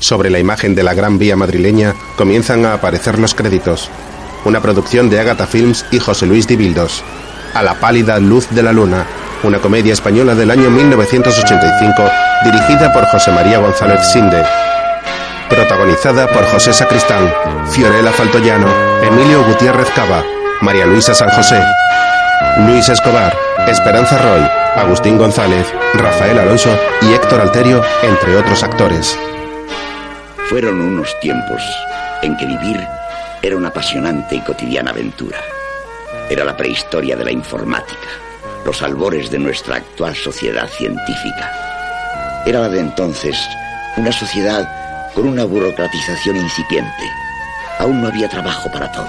Sobre la imagen de la Gran Vía madrileña comienzan a aparecer los créditos. Una producción de Ágata Films y José Luis Dibildos. A la pálida luz de la luna, una comedia española del año 1985, dirigida por José María González Sinde. Protagonizada por José Sacristán, Fiorella Faltoyano, Emilio Gutiérrez Cava, María Luisa San José, Luis Escobar, Esperanza Roy, Agustín González, Rafael Alonso y Héctor Alterio, entre otros actores. Fueron unos tiempos en que vivir era una apasionante y cotidiana aventura. Era la prehistoria de la informática, los albores de nuestra actual sociedad científica. Era la de entonces una sociedad con una burocratización incipiente. Aún no había trabajo para todos.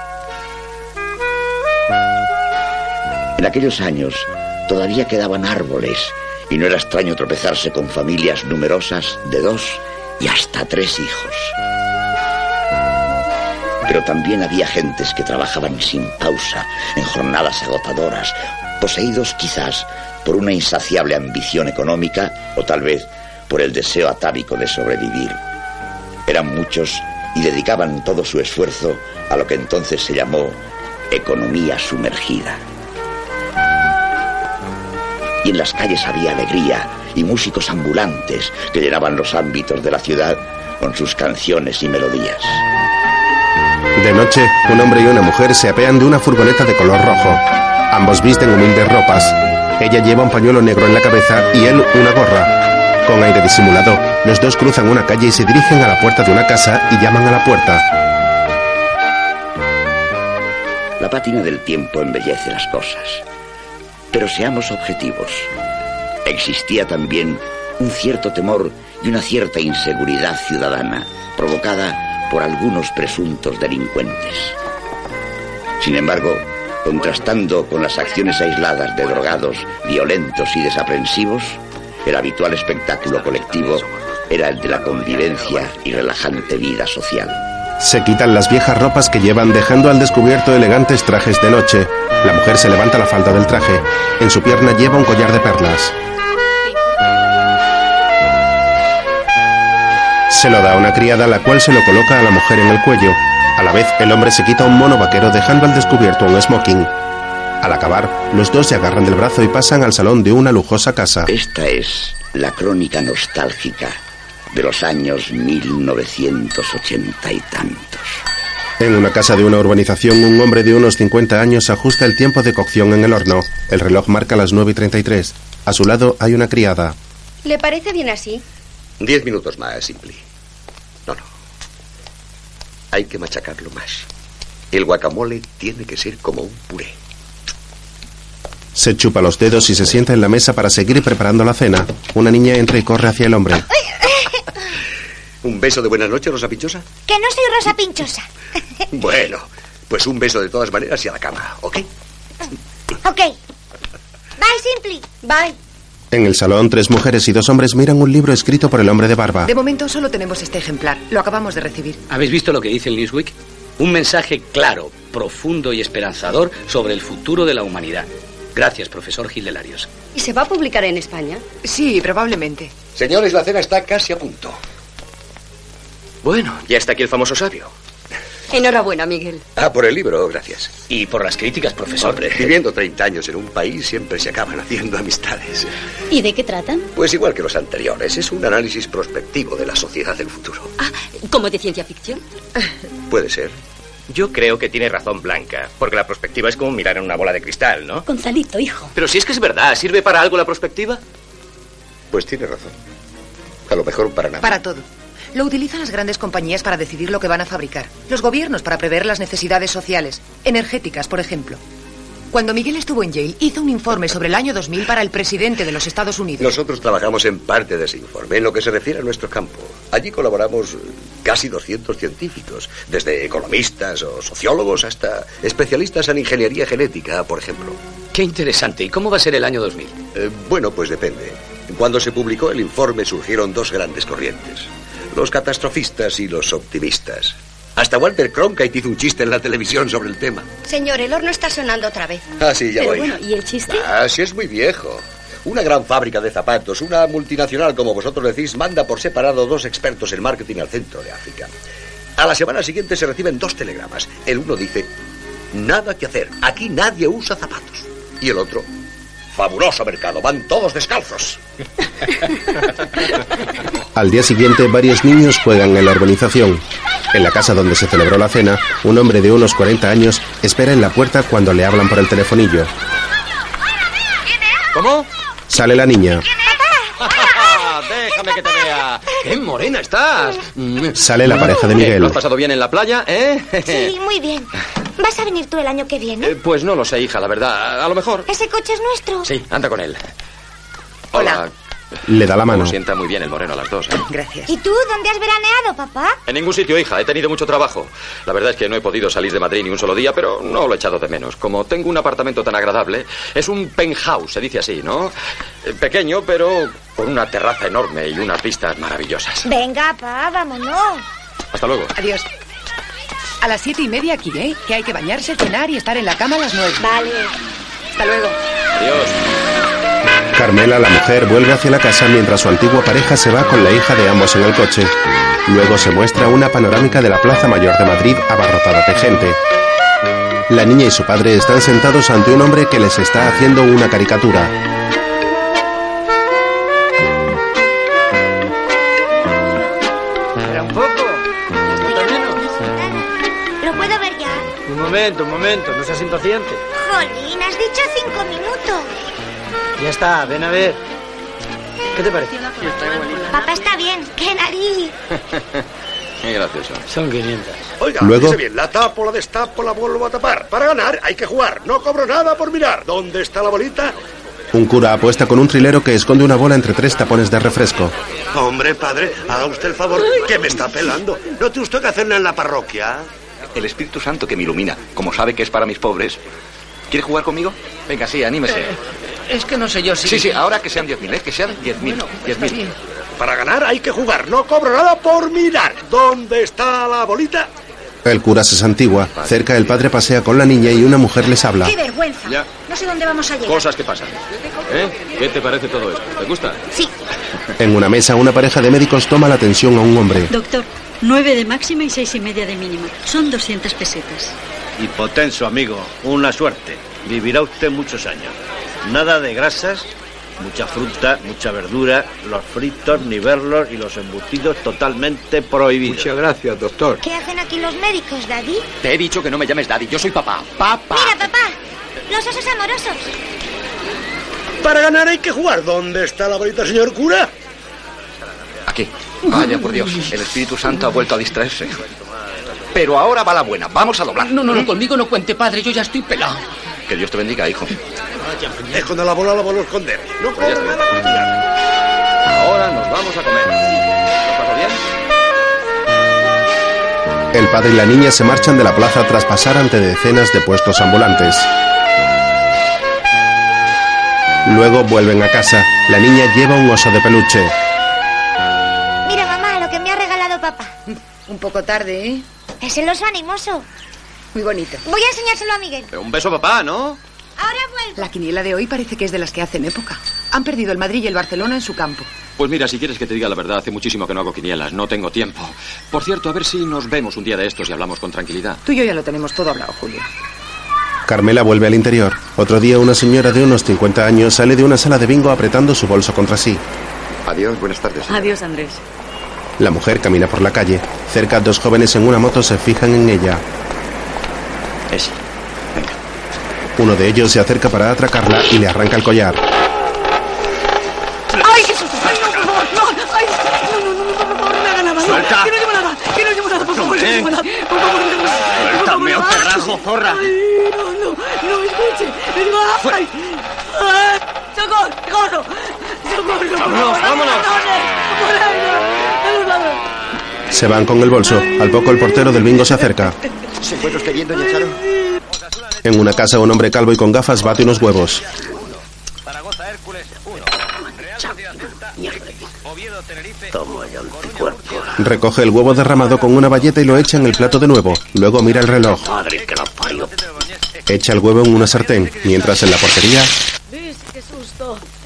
En aquellos años todavía quedaban árboles y no era extraño tropezarse con familias numerosas de 2 y hasta 3 hijos. Pero también había gentes que trabajaban sin pausa, en jornadas agotadoras, poseídos quizás por una insaciable ambición económica o tal vez por el deseo atávico de sobrevivir. Eran muchos y dedicaban todo su esfuerzo a lo que entonces se llamó economía sumergida. Y en las calles había alegría y músicos ambulantes que llenaban los ámbitos de la ciudad con sus canciones y melodías. De noche, un hombre y una mujer se apean de una furgoneta de color rojo. Ambos visten humildes ropas. Ella lleva un pañuelo negro en la cabeza y él una gorra. Con aire disimulado, los dos cruzan una calle y se dirigen a la puerta de una casa y llaman a la puerta. La pátina del tiempo embellece las cosas. Pero seamos objetivos. Existía también un cierto temor y una cierta inseguridad ciudadana provocada por algunos presuntos delincuentes. Sin embargo, contrastando con las acciones aisladas de drogados, violentos y desaprensivos, el habitual espectáculo colectivo era el de la convivencia y relajante vida social. Se quitan las viejas ropas que llevan, dejando al descubierto elegantes trajes de noche. La mujer se levanta la falda del traje. En su pierna lleva un collar de perlas. Se lo da a una criada, la cual se lo coloca a la mujer en el cuello. A la vez, el hombre se quita un mono vaquero, dejando al descubierto un smoking. Al acabar, los dos se agarran del brazo y pasan al salón de una lujosa casa. Esta es la crónica nostálgica de los años 1980 y tantos. En una casa de una urbanización, un hombre de unos 50 años ajusta el tiempo de cocción en el horno. El reloj marca las 9:33. A su lado hay una criada. ¿Le parece bien así? 10 minutos más, Simply. No. Hay que machacarlo más. El guacamole tiene que ser como un puré. Se chupa los dedos y se sienta en la mesa para seguir preparando la cena. Una niña entra y corre hacia el hombre. ¿Un beso de buenas noches, Rosa Pinchosa? Que no soy Rosa Pinchosa. Bueno, pues un beso de todas maneras y a la cama, ¿ok? Ok. Bye, Simply. Bye. En el salón, 3 mujeres y 2 hombres miran un libro escrito por el hombre de barba. De momento solo tenemos este ejemplar. Lo acabamos de recibir. ¿Habéis visto lo que dice el Newsweek? Un mensaje claro, profundo y esperanzador sobre el futuro de la humanidad. Gracias, profesor Gil de Larios. ¿Y se va a publicar en España? Sí, probablemente. Señores, la cena está casi a punto. Bueno, ya está aquí el famoso sabio. Enhorabuena, Miguel. Por el libro, gracias. Y por las críticas, profesor. Hombre, viviendo 30 años en un país siempre se acaban haciendo amistades. ¿Y de qué tratan? Pues igual que los anteriores, es un análisis prospectivo de la sociedad del futuro. ¿Como de ciencia ficción? Puede ser. Yo creo que tiene razón Blanca, porque la perspectiva es como mirar en una bola de cristal, ¿no? Gonzalito, hijo. Pero si es que es verdad, ¿sirve para algo la perspectiva? Pues tiene razón. A lo mejor para nada. Para todo. Lo utilizan las grandes compañías para decidir lo que van a fabricar. Los gobiernos para prever las necesidades sociales. Energéticas, por ejemplo. Cuando Miguel estuvo en Yale, hizo un informe sobre el año 2000 para el presidente de los Estados Unidos. Nosotros trabajamos en parte de ese informe, en lo que se refiere a nuestro campo. Allí colaboramos casi 200 científicos, desde economistas o sociólogos hasta especialistas en ingeniería genética, por ejemplo. Qué interesante. ¿Y cómo va a ser el año 2000? Bueno, pues depende. Cuando se publicó el informe surgieron 2 grandes corrientes. Los catastrofistas y los optimistas. Hasta Walter Cronkite hizo un chiste en la televisión sobre el tema. Señor, el horno está sonando otra vez. Sí, ya Pero voy. bueno, ¿y el chiste? Sí, es muy viejo. Una gran fábrica de zapatos, una multinacional, como vosotros decís, manda por separado 2 expertos en marketing al centro de África. A la semana siguiente se reciben 2 telegramas. El uno dice, nada que hacer, aquí nadie usa zapatos. Y el otro, fabuloso mercado, van todos descalzos. Al día siguiente, varios niños juegan en la urbanización. En la casa donde se celebró la cena, un hombre de unos 40 años espera en la puerta cuando le hablan por el telefonillo. ¿Cómo? Sale la niña. Déjame que te vea. ¡Qué morena estás! Sale la pareja de Miguel. ¿Lo has pasado bien en la playa, Sí, muy bien. ¿Vas a venir tú el año que viene? Pues no lo sé, hija, la verdad. A lo mejor. ¿Ese coche es nuestro? Sí, anda con él. Hola. Le da la mano. Sienta muy bien el moreno a las 2. Gracias. ¿Y tú dónde has veraneado, papá? En ningún sitio, hija. He tenido mucho trabajo. La verdad es que no he podido salir de Madrid ni un solo día, pero no lo he echado de menos. Como tengo un apartamento tan agradable, es un penthouse, se dice así, ¿no? Pequeño, pero con una terraza enorme y unas vistas maravillosas. Venga, pa, vámonos. Hasta luego. Adiós. A las 7:30 aquí, ¿eh? Que hay que bañarse, cenar y estar en la cama a las 9. Vale. Hasta luego. Adiós. Carmela, la mujer, vuelve hacia la casa mientras su antigua pareja se va con la hija de ambos en el coche. Luego se muestra una panorámica de la Plaza Mayor de Madrid abarrotada de gente. La niña y su padre están sentados ante un hombre que les está haciendo una caricatura. Espera un poco. ¿Está menos? ¿Lo puedo ver ya? Un momento. No seas impaciente. Jolín, has dicho 5 minutos. Ya está, ven a ver. ¿Qué te parece? Papá está bien. ¡Qué nariz! Qué gracioso. Son 500. Oiga, Luego- fíjese bien, la tapo, la destapo, la vuelvo a tapar. Para ganar hay que jugar, no cobro nada por mirar. ¿Dónde está la bolita? Un cura apuesta con un trilero que esconde una bola entre 3 tapones de refresco. Hombre, padre, haga usted el favor, que me está pelando. ¿No tiene usted que hacerla en la parroquia? El Espíritu Santo que me ilumina, como sabe que es para mis pobres. ¿Quiere jugar conmigo? Venga, sí, anímese. Es que no sé yo si... Sí, ahora que sean 10.000, que sean 10.000. 10.000. Para ganar hay que jugar, no cobro nada por mirar. ¿Dónde está la bolita? El cura se santigua. Cerca el padre pasea con la niña y una mujer les habla. ¡Qué vergüenza! Ya. No sé dónde vamos a llegar. Cosas que pasan. ¿Eh? ¿Qué te parece todo esto? ¿Te gusta? Sí. En una mesa, una pareja de médicos toma la atención a un hombre. Doctor, 9 de máxima y 6,5 de mínima. Son 200 pesetas. Hipotenso, amigo. Una suerte. Vivirá usted muchos años. Nada de grasas, mucha fruta, mucha verdura, los fritos, ni verlos y los embutidos totalmente prohibidos. Muchas gracias, doctor. ¿Qué hacen aquí los médicos, Daddy? Te he dicho que no me llames daddy, yo soy papá. ¡Papá! Mira, papá. Los osos amorosos. Para ganar hay que jugar. ¿Dónde está la bolita, señor cura? Aquí. Vaya, por Dios, el Espíritu Santo ha vuelto a distraerse. Pero ahora va la buena, vamos a doblar. No, conmigo no cuente, padre, yo ya estoy pelado. Que Dios te bendiga, hijo. Esconde la bola, la vuelvo a esconder. No Pues ya cobro está. nada por mirar. Ahora nos vamos a comer. ¿Lo paso bien? El padre y la niña se marchan de la plaza tras pasar ante decenas de puestos ambulantes. Luego vuelven a casa. La niña lleva un oso de peluche. Mira, mamá, lo que me ha regalado papá. Un poco tarde, ¿eh? Es el oso animoso. Muy bonito. Voy a enseñárselo a Miguel. Un beso, papá, ¿no? Ahora vuelvo. La quiniela de hoy parece que es de las que hacen época. Han perdido el Madrid y el Barcelona en su campo. Pues mira, si quieres que te diga la verdad, hace muchísimo que no hago quinielas, no tengo tiempo. Por cierto, a ver si nos vemos un día de estos y hablamos con tranquilidad. Tú y yo ya lo tenemos todo hablado, Julio. Carmela vuelve al interior. Otro día, una señora de unos 50 años sale de una sala de bingo apretando su bolso contra sí. Adiós, buenas tardes. Adiós, Andrés. La mujer camina por la calle. Cerca, 2 jóvenes en una moto se fijan en ella. Ese. Venga. Uno de ellos se acerca para atracarla y le arranca el collar. ¡Ay, qué susto! ¡Ay, no, por favor! ¡No! ¡Ay! No, por favor, no me haga nada! ¡Suelta! ¡Que no llevo nada! ¡Que no llevo nada! ¡Por favor, no llevo nada! ¡Por favor, no llevo nada! ¡Suéltame, o te rasgo, zorra! ¡Ay, no, escuche! ¡No llevo nada! ¡Ay! ¡Ay! ¡Socorro! ¡Vámonos, vámonos! Se van con el bolso. Al poco el portero del bingo se acerca. ¿Se encuentra usted bien, doña Charo? En una casa, un hombre calvo y con gafas bate unos huevos. Zaragoza, Hércules, 1. Real Sociedad Celta, Oviedo, Tenerife. Toma ya anticuerpo. Recoge el huevo derramado con una bayeta y lo echa en el plato de nuevo. Luego mira el reloj. Madre que la parió. Echa el huevo en una sartén, mientras en la portería... Luis, qué susto.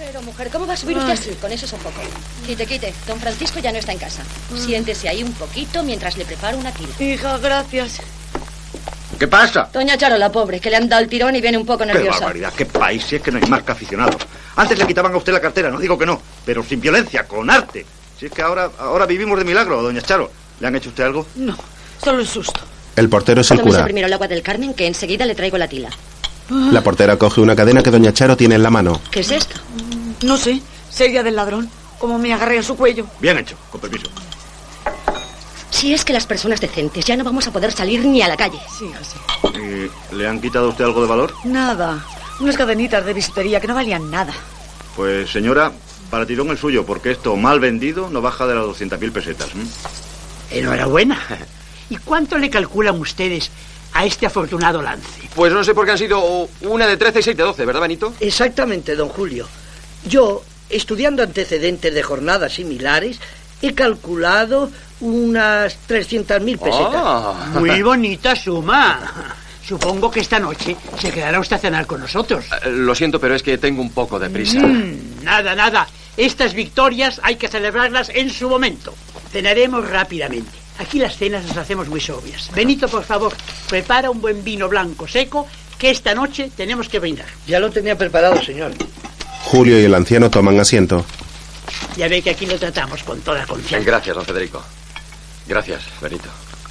mujer, ¿cómo va a subir usted así, con ese sofoco? Quite. Don Francisco ya no está en casa. Siéntese ahí un poquito mientras le preparo una quila. Hija, gracias. ¿Qué pasa? Doña Charo, la pobre, que le han dado el tirón y viene un poco ¡Qué nerviosa. barbaridad! ¡Qué país! Si es que no hay más que aficionados. Antes le quitaban a usted la cartera, no digo que no, pero sin violencia, con arte. Si es que ahora vivimos de milagro, doña Charo. ¿Le han hecho usted algo? No, solo el susto. El portero es el Tómese cura. primero el agua del Carmen, que enseguida le traigo la tila. La portera coge una cadena que doña Charo tiene en la mano. ¿Qué es esto? No sé, sería del ladrón. Como me agarré a su cuello. Bien hecho, con permiso. Si es que las personas decentes ya no vamos a poder salir ni a la calle. Sí, sí. ¿Y le han quitado a usted algo de valor? Nada. Unas cadenitas de bisutería que no valían nada. Pues, señora, para tirón el suyo, porque esto mal vendido no baja de las 200.000 pesetas. Enhorabuena. ¿Y cuánto le calculan ustedes a este afortunado lance? Pues no sé por qué han sido una de 13 y 6 de 12, ¿verdad, Benito? Exactamente, don Julio. Yo, estudiando antecedentes de jornadas similares, he calculado unas 300.000 pesetas. Muy bonita suma. Supongo que esta noche se quedará usted a cenar con nosotros. Lo siento, pero es que tengo un poco de prisa. Nada. Estas victorias hay que celebrarlas en su momento. Cenaremos rápidamente. Aquí las cenas las hacemos muy sobrias. Benito, por favor, prepara un buen vino blanco seco que esta noche tenemos que brindar. Ya lo tenía preparado, señor. Julio y el anciano toman asiento. Ya ve que aquí lo tratamos con toda confianza. Gracias, don Federico. Gracias, Benito.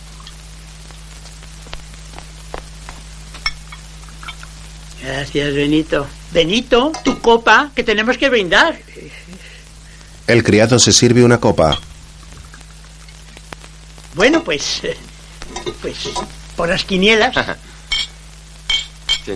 Gracias, Benito. Benito, tu copa, que tenemos que brindar. El criado se sirve una copa. Bueno, pues por las quinielas. Sí.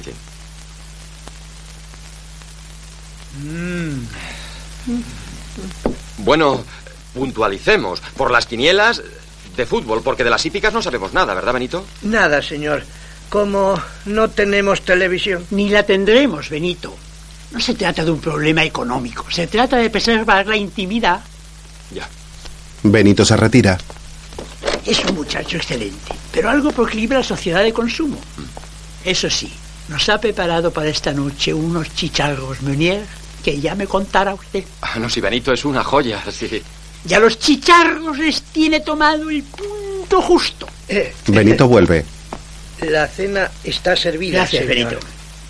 Bueno, puntualicemos. Por las quinielas de fútbol, porque de las hípicas no sabemos nada, ¿verdad, Benito? Nada, señor. Como no tenemos televisión. Ni la tendremos, Benito. No se trata de un problema económico. Se trata de preservar la intimidad. Ya. Benito se retira. Es un muchacho excelente, pero algo proclive a la sociedad de consumo. Eso sí, nos ha preparado para esta noche unos chicharros Meunier que ya me contará usted. No, si Benito es una joya, sí. Y a los chicharros les tiene tomado el punto justo. Benito vuelve. La cena está servida. Gracias, señor. Benito.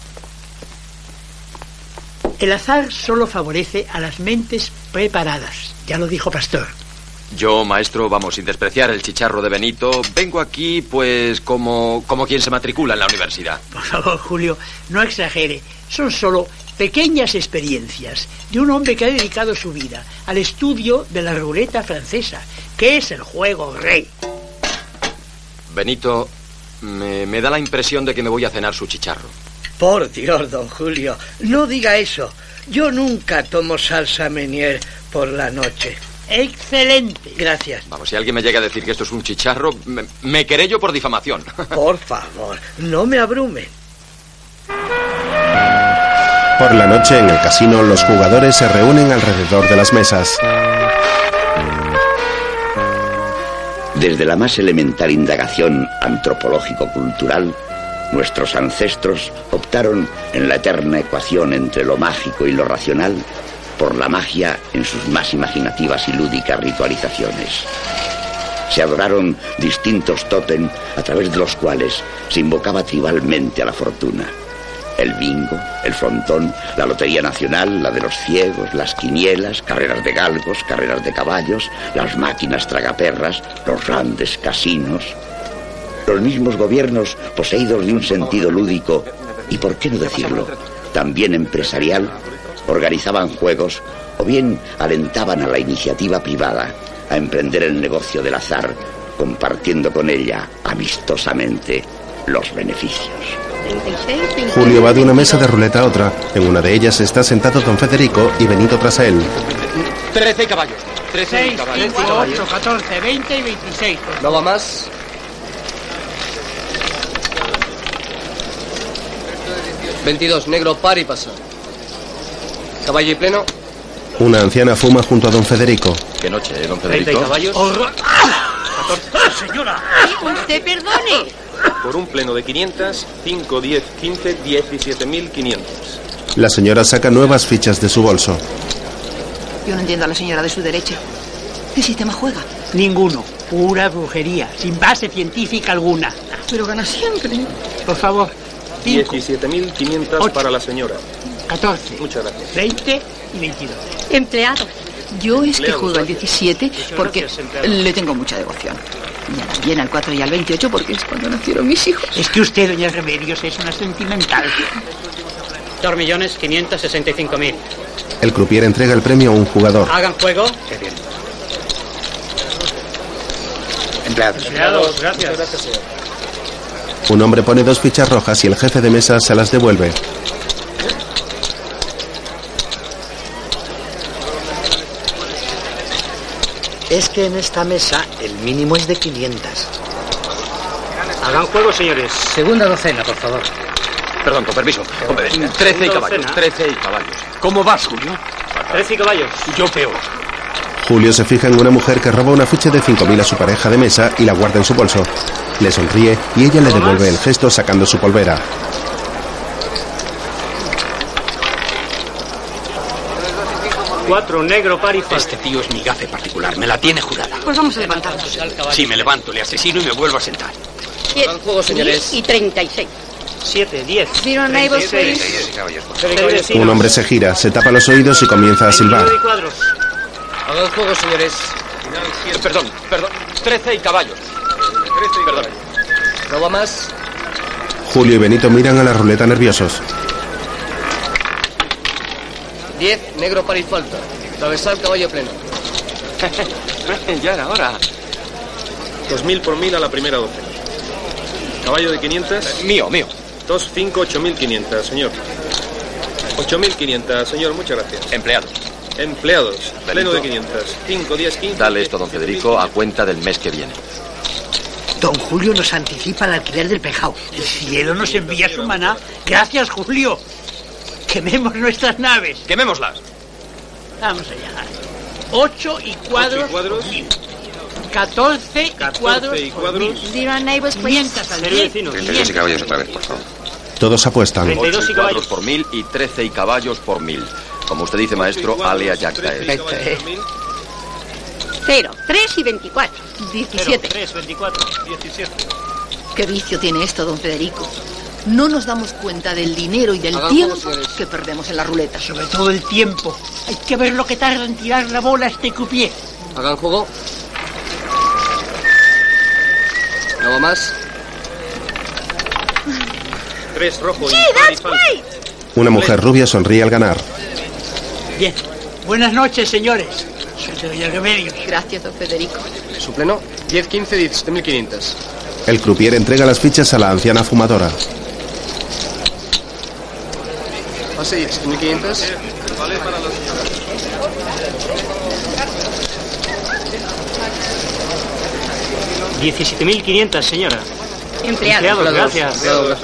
El azar solo favorece a las mentes preparadas. Ya lo dijo Pastor. Yo, maestro, vamos, sin despreciar el chicharro de Benito, vengo aquí, pues, como quien se matricula en la universidad. Por favor, Julio, no exagere. Son solo pequeñas experiencias de un hombre que ha dedicado su vida al estudio de la ruleta francesa, que es el juego rey. Benito, me da la impresión de que me voy a cenar su chicharro. Por Dios, don Julio, no diga eso. Yo nunca tomo salsa Meunier por la noche. ¡Excelente! Gracias. Vamos, si alguien me llega a decir que esto es un chicharro, me querello por difamación. Por favor, no me abrume. Por la noche, en el casino, los jugadores se reúnen alrededor de las mesas. Desde la más elemental indagación antropológico-cultural, nuestros ancestros optaron en la eterna ecuación entre lo mágico y lo racional por la magia en sus más imaginativas y lúdicas ritualizaciones. Se adoraron distintos tótem a través de los cuales se invocaba tribalmente a la fortuna. El bingo, el frontón, la lotería nacional, la de los ciegos, las quinielas, carreras de galgos, carreras de caballos, las máquinas tragaperras, los grandes casinos. Los mismos gobiernos, poseídos de un sentido lúdico y, por qué no decirlo, también empresarial, organizaban juegos o bien alentaban a la iniciativa privada a emprender el negocio del azar, compartiendo con ella amistosamente los beneficios. Julio va de una mesa de ruleta a otra. En una de ellas está sentado don Federico y Benito tras él. 13 caballos. 6, 5, 8, 14, 20 y 26. ¿No va más? $22, negro, par y pasa. Caballo y pleno. Una anciana fuma junto a don Federico. ¿Qué noche, don 30 Federico? caballos. 14. ¡Señora! Usted perdone. Por un pleno de 500, 5, 10, 15, 17.500. La señora saca nuevas fichas de su bolso. Yo no entiendo a la señora de su derecha. ¿Qué sistema juega? Ninguno. Pura brujería, sin base científica alguna. Pero gana siempre. Por favor. 17.500 para la señora. 14. Muchas gracias. 20 y 22. Empleados. Yo es que juego al 17 porque le tengo mucha devoción. Y a también al 4 y al 28 porque es cuando nacieron mis hijos. Es que usted, doña Remedios, es una sentimental. 2.565.000. El croupier entrega el premio a un jugador. Hagan juego. Qué bien. Empleados, gracias. Señor. Un hombre pone 2 fichas rojas y el jefe de mesa se las devuelve. Es que en esta mesa el mínimo es de 500. Hagan juego, señores. Segunda docena, por favor. Perdón, con permiso. 13 y caballos. 13 y caballos. ¿Cómo vas, Julio? 13 y caballos. Yo peor. Julio se fija en una mujer que roba una ficha de 5.000 a su pareja de mesa y la guarda en su bolso. Le sonríe y ella le devuelve el gesto sacando su polvera. Cuatro, negro, par y falta. Este tío es mi gafe particular, me la tiene jurada. Pues vamos a levantarnos. Si me levanto, le asesino y me vuelvo a sentar. Hagan juego, señores. Y 36. 7, 10. Zero neighbors, please. Un hombre se gira, se tapa los oídos y comienza a silbar. Hagan juego, señores. Perdón. 13 y caballos. Perdón. No va más. Julio y Benito miran a la ruleta nerviosos. 10, negro, par y falta. Travesal, caballo pleno. Ya era hora. 2.000 por 1.000 a la primera docena. Caballo de 500. Mío. 2, 5, 8.500, señor. 8.500, señor, muchas gracias. Empleados, pleno de 500. 5, 10, 15. Dale esto, don Federico, a cuenta del mes que viene. Don Julio nos anticipa el alquiler del penthouse. El cielo nos envía su maná. Gracias, Julio. Quememos nuestras naves. ¡Quemémoslas! Vamos allá. 8 y cuadros. 14 y cuadros. Zero neighbors, please. 500 al 10. 32 y caballos otra vez, por favor. Todos apuestan. 8 y cuadros por 1.000 y 13 y caballos por 1.000. Como usted dice, maestro, alea jacta es. 0, 3 y 24. 17. 3, 24, 17. ¿Qué vicio tiene esto, don Federico? No nos damos cuenta del dinero y del Hagan tiempo juego, señores. que perdemos en la ruleta. Sobre todo el tiempo. Hay que ver lo que tarda en tirar la bola a este croupier. Hagan juego. No va más. 3 rojo Sí, y par y that's falta. great. Una mujer rubia sonríe al ganar. Bien. Buenas noches, señores. Soy doña Remedios. Gracias, don Federico. Su pleno. 10, 15, 17.500. El croupier entrega las fichas a la anciana fumadora. Pase 17.500. Vale para los... $17.500, señora. Empleados. Gracias.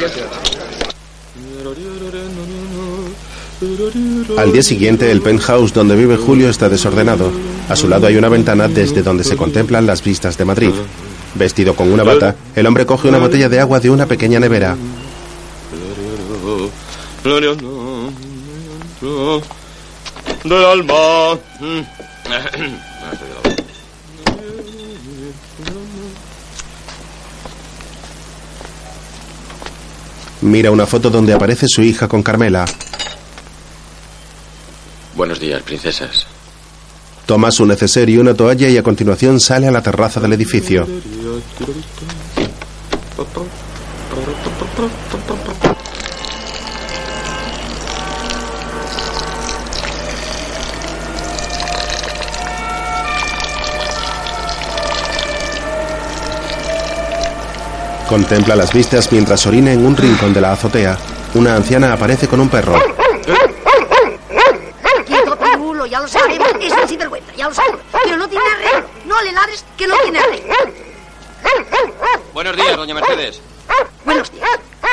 Al día siguiente, el penthouse donde vive Julio está desordenado. A su lado hay una ventana desde donde se contemplan las vistas de Madrid. Vestido con una bata, el hombre coge una botella de agua de una pequeña nevera. Del alma. Mira una foto donde aparece su hija con Carmela. Buenos días, princesas. Toma su neceser y una toalla y a continuación sale a la terraza del edificio. Contempla las vistas mientras orina en un rincón de la azotea. Una anciana aparece con un perro. Quieto, pirulo, ya lo sabemos. Es un sinvergüenza, ya lo sabemos. Pero no tiene arreglo. No le ladres, que no tiene arreglo. Buenos días, doña Mercedes. Buenos días.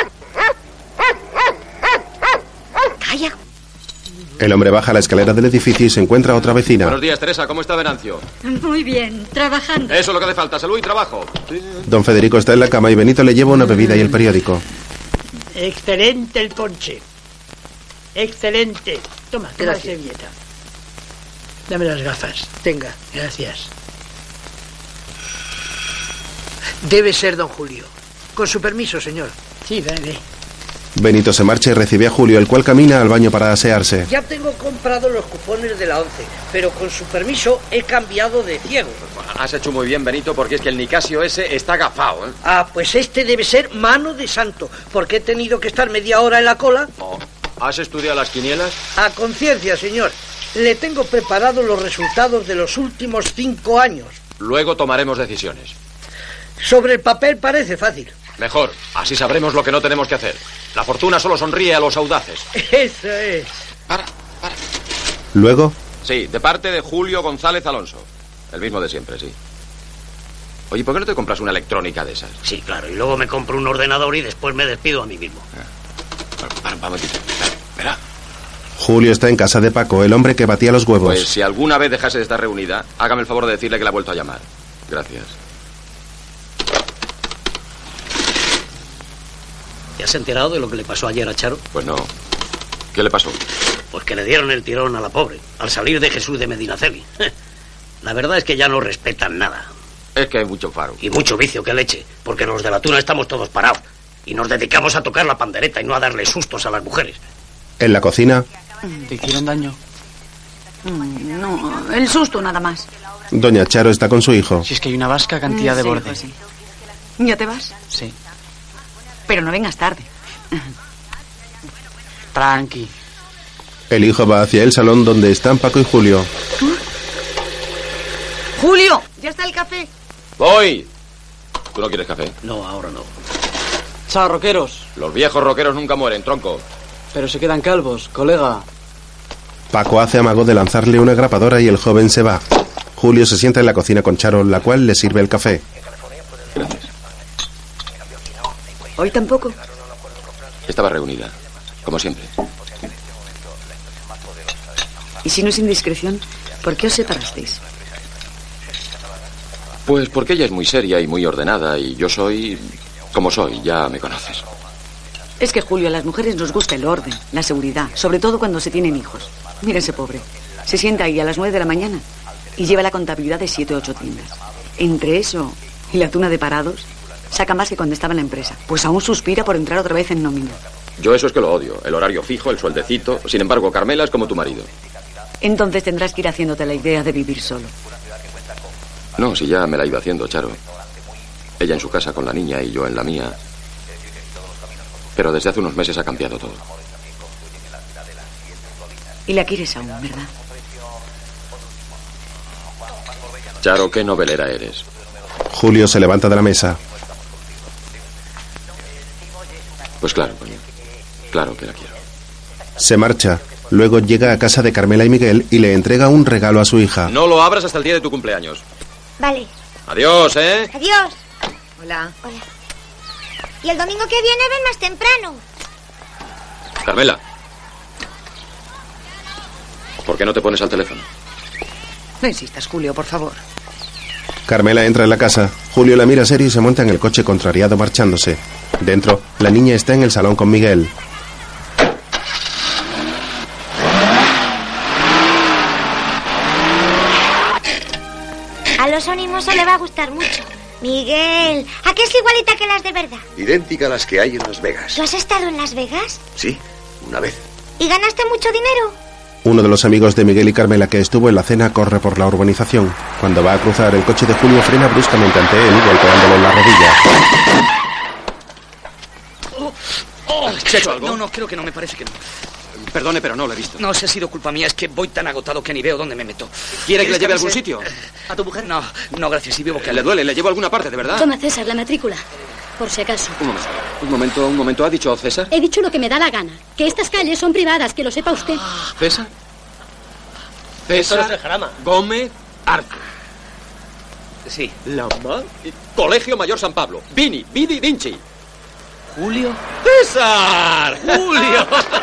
Calla. El hombre baja la escalera del edificio y se encuentra a otra vecina. Buenos días, Teresa. ¿Cómo está Venancio? Muy bien, trabajando. Eso es lo que hace falta. Salud y trabajo. Don Federico está en la cama y Benito le lleva una bebida y el periódico. Excelente el ponche. Excelente. Toma, Gracias. servilleta. Dame las gafas. Tenga. Gracias. Debe ser don Julio. Con su permiso, señor. Sí, ve. Benito se marcha y recibe a Julio, el cual camina al baño para asearse. Ya tengo comprado los cupones de la 11, pero con su permiso he cambiado de ciego. Has hecho muy bien, Benito, porque es que el Nicasio ese está agafado, ¿eh? Ah, pues este debe ser mano de santo, porque he tenido que estar media hora en la cola. No. ¿Has estudiado las quinielas? A conciencia, señor. Le tengo preparados los resultados de los últimos 5 años. Luego tomaremos decisiones. Sobre el papel parece fácil. Mejor, así sabremos lo que no tenemos que hacer. La fortuna solo sonríe a los audaces. Eso es. Para. Luego. Sí, de parte de Julio González Alonso. El mismo de siempre, sí. Oye, ¿por qué no te compras una electrónica de esas? Sí, claro, y luego me compro un ordenador y después me despido a mí mismo. Para, un momentito. Espera. Julio está en casa de Paco, el hombre que batía los huevos. Pues si alguna vez dejase de estar reunida, hágame el favor de decirle que la ha vuelto a llamar. Gracias. ¿Te has enterado de lo que le pasó ayer a Charo? Pues no. ¿Qué le pasó? Pues que le dieron el tirón a la pobre, al salir de Jesús de Medinaceli. La verdad es que ya no respetan nada. Es que hay mucho faro. Y mucho vicio, que leche, porque los de la tuna estamos todos parados. Y nos dedicamos a tocar la pandereta y no a darle sustos a las mujeres. En la cocina. ¿Te hicieron daño? No, el susto nada más. Doña Charo está con su hijo. Si es que hay una vasca cantidad de borde. Pues sí. ¿Ya te vas? Sí. Pero no vengas tarde. Tranqui. El hijo va hacia el salón donde están Paco y Julio. ¡Julio! ¡Ya está el café! ¡Voy! ¿Tú no quieres café? No, ahora no. Chao, rockeros. Los viejos rockeros nunca mueren, tronco. Pero se quedan calvos, colega. Paco hace amago de lanzarle una grapadora y el joven se va. Julio se sienta en la cocina con Charo, la cual le sirve el café. Gracias. ¿Hoy tampoco? Estaba reunida, como siempre. Y si no es indiscreción, ¿por qué os separasteis? Pues porque ella es muy seria y muy ordenada y yo soy como soy, ya me conoces. Es que, Julio, a las mujeres nos gusta el orden, la seguridad, sobre todo cuando se tienen hijos. Mira ese pobre. Se sienta ahí a las 9 de la mañana y lleva la contabilidad de 7 o 8 tiendas. Entre eso y la tuna de parados, saca más que cuando estaba en la empresa. Pues aún suspira por entrar otra vez en nómina. Yo eso es que lo odio. El horario fijo, el sueldecito. Sin embargo, Carmela es como tu marido. Entonces tendrás que ir haciéndote la idea de vivir solo. No, si ya me la iba haciendo, Charo. Ella en su casa con la niña y yo en la mía. Pero desde hace unos meses ha cambiado todo. Y la quieres aún, ¿verdad? Charo, qué novelera eres. Julio se levanta de la mesa. Pues claro, coño. Claro que la quiero. Se marcha. Luego llega a casa de Carmela y Miguel y le entrega un regalo a su hija. No lo abras hasta el día de tu cumpleaños. Vale. Adiós, ¿eh? Adiós. Hola. Hola. Y el domingo que viene ven más temprano. Carmela. ¿Por qué no te pones al teléfono? No insistas, Julio, por favor. Carmela entra en la casa. Julio la mira serio y se monta en el coche contrariado marchándose. Dentro, la niña está en el salón con Miguel. A los ánimos le va a gustar mucho. Miguel, ¿a qué es igualita que las de verdad? Idéntica a las que hay en Las Vegas. ¿Tú has estado en Las Vegas? Sí, una vez. ¿Y ganaste mucho dinero? Uno de los amigos de Miguel y Carmela que estuvo en la cena corre por la urbanización. Cuando va a cruzar, el coche de Julio frena bruscamente ante él, golpeándolo en la rodilla. ¿Has hecho algo? No, creo que no, me parece que no. Perdone, pero no lo he visto. No, si ha sido culpa mía, es que voy tan agotado que ni veo dónde me meto. ¿Quiere que le lleve a algún sitio? ¿A tu mujer? No, gracias, si vivo que ¿Le duele? ¿Le llevo a alguna parte, de verdad? Toma, César, la matrícula. Por si acaso. Un momento. ¿Ha dicho César? He dicho lo que me da la gana. Que estas calles son privadas, que lo sepa usted. ¿César? César Gómez Arte. Sí. Colegio Mayor San Pablo. Vini Vinci. ¿Julio? ¡César! ¡Julio!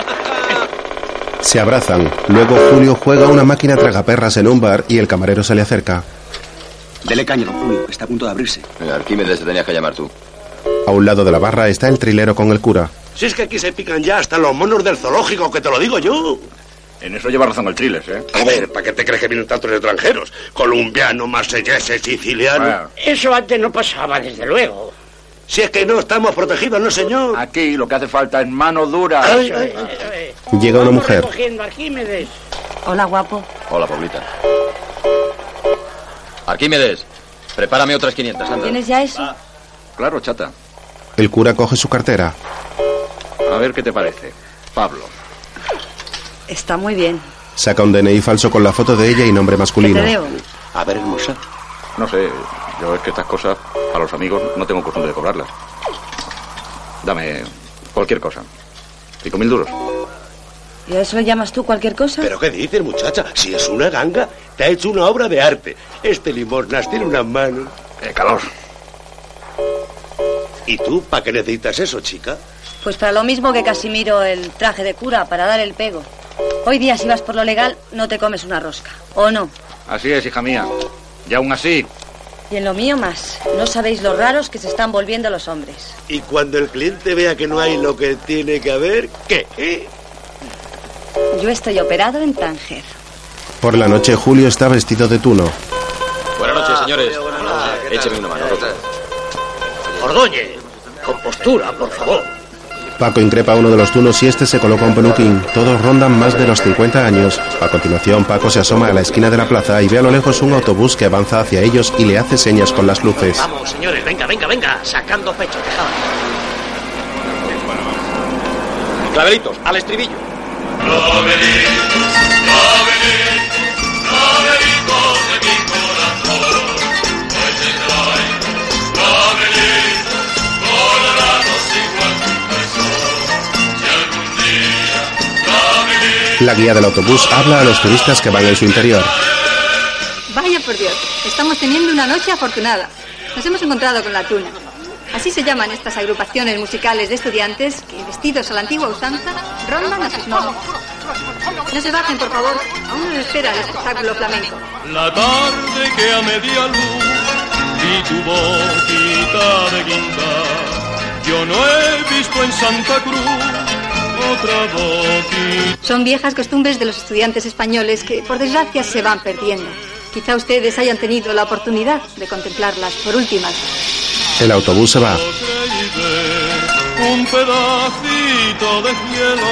Se abrazan. Luego Julio juega una máquina tragaperras en un bar y el camarero se le acerca. Dele caña, don Julio, que está a punto de abrirse. Arquímedes, te tenías que llamar tú. A un lado de la barra está el trilero con el cura. Si es que aquí se pican ya hasta los monos del zoológico, que te lo digo yo. En eso lleva razón el Triles, ¿eh? A ver, ¿para qué te crees que vienen tantos extranjeros? Colombiano, marsellese, siciliano. Eso antes no pasaba, desde luego. Si es que no estamos protegidos, no, señor. Aquí lo que hace falta es mano dura. Llega una mujer. Recogiendo Arquímedes. Hola, guapo. Hola, Pablita. Arquímedes, prepárame otras 500, anda. ¿Tienes ya eso? Claro, chata. El cura coge su cartera. A ver qué te parece. Pablo. Está muy bien. Saca un DNI falso con la foto de ella y nombre masculino. ¿Qué te debo? A ver, hermosa. No sé, yo es que estas cosas, a los amigos, no tengo costumbre de cobrarlas. Dame cualquier cosa. 5.000 duros. ¿Y a eso le llamas tú cualquier cosa? ¿Pero qué dices, muchacha? Si es una ganga, te ha hecho una obra de arte. Este limosnas tiene unas manos. ¡Qué calor! ¿Y tú, para qué necesitas eso, chica? Pues para lo mismo que Casimiro el traje de cura, para dar el pego. Hoy día, si vas por lo legal, no te comes una rosca, ¿o no? Así es, hija mía. Y aún así... Y en lo mío más. No sabéis lo raros que se están volviendo los hombres. Y cuando el cliente vea que no hay lo que tiene que haber, ¿qué? Yo estoy operado en Tánger. Por la noche, Julio está vestido de tuno. Buenas noches, señores. Écheme una mano, Roca. Ordóñez, con postura, por favor. Paco increpa a uno de los tunos y este se coloca un peluquín. Todos rondan más de los 50 años. A continuación, Paco se asoma a la esquina de la plaza y ve a lo lejos un autobús que avanza hacia ellos y le hace señas con las luces. Vamos, señores, venga, sacando pecho, dejad. Clavelitos, al estribillo. La guía del autobús habla a los turistas que van en su interior. Vaya por Dios, estamos teniendo una noche afortunada. Nos hemos encontrado con la tuna. Así se llaman estas agrupaciones musicales de estudiantes que, vestidos a la antigua usanza, rondan a sus novias. No se bajen, por favor. Aún nos espera el espectáculo flamenco. La tarde que a media luz vi tu boquita de guinda, yo no he visto en Santa Cruz otra boquita. Son viejas costumbres de los estudiantes españoles que, por desgracia, se van perdiendo. Quizá ustedes hayan tenido la oportunidad de contemplarlas por última vez. El autobús se va. Un pedacito de cielo.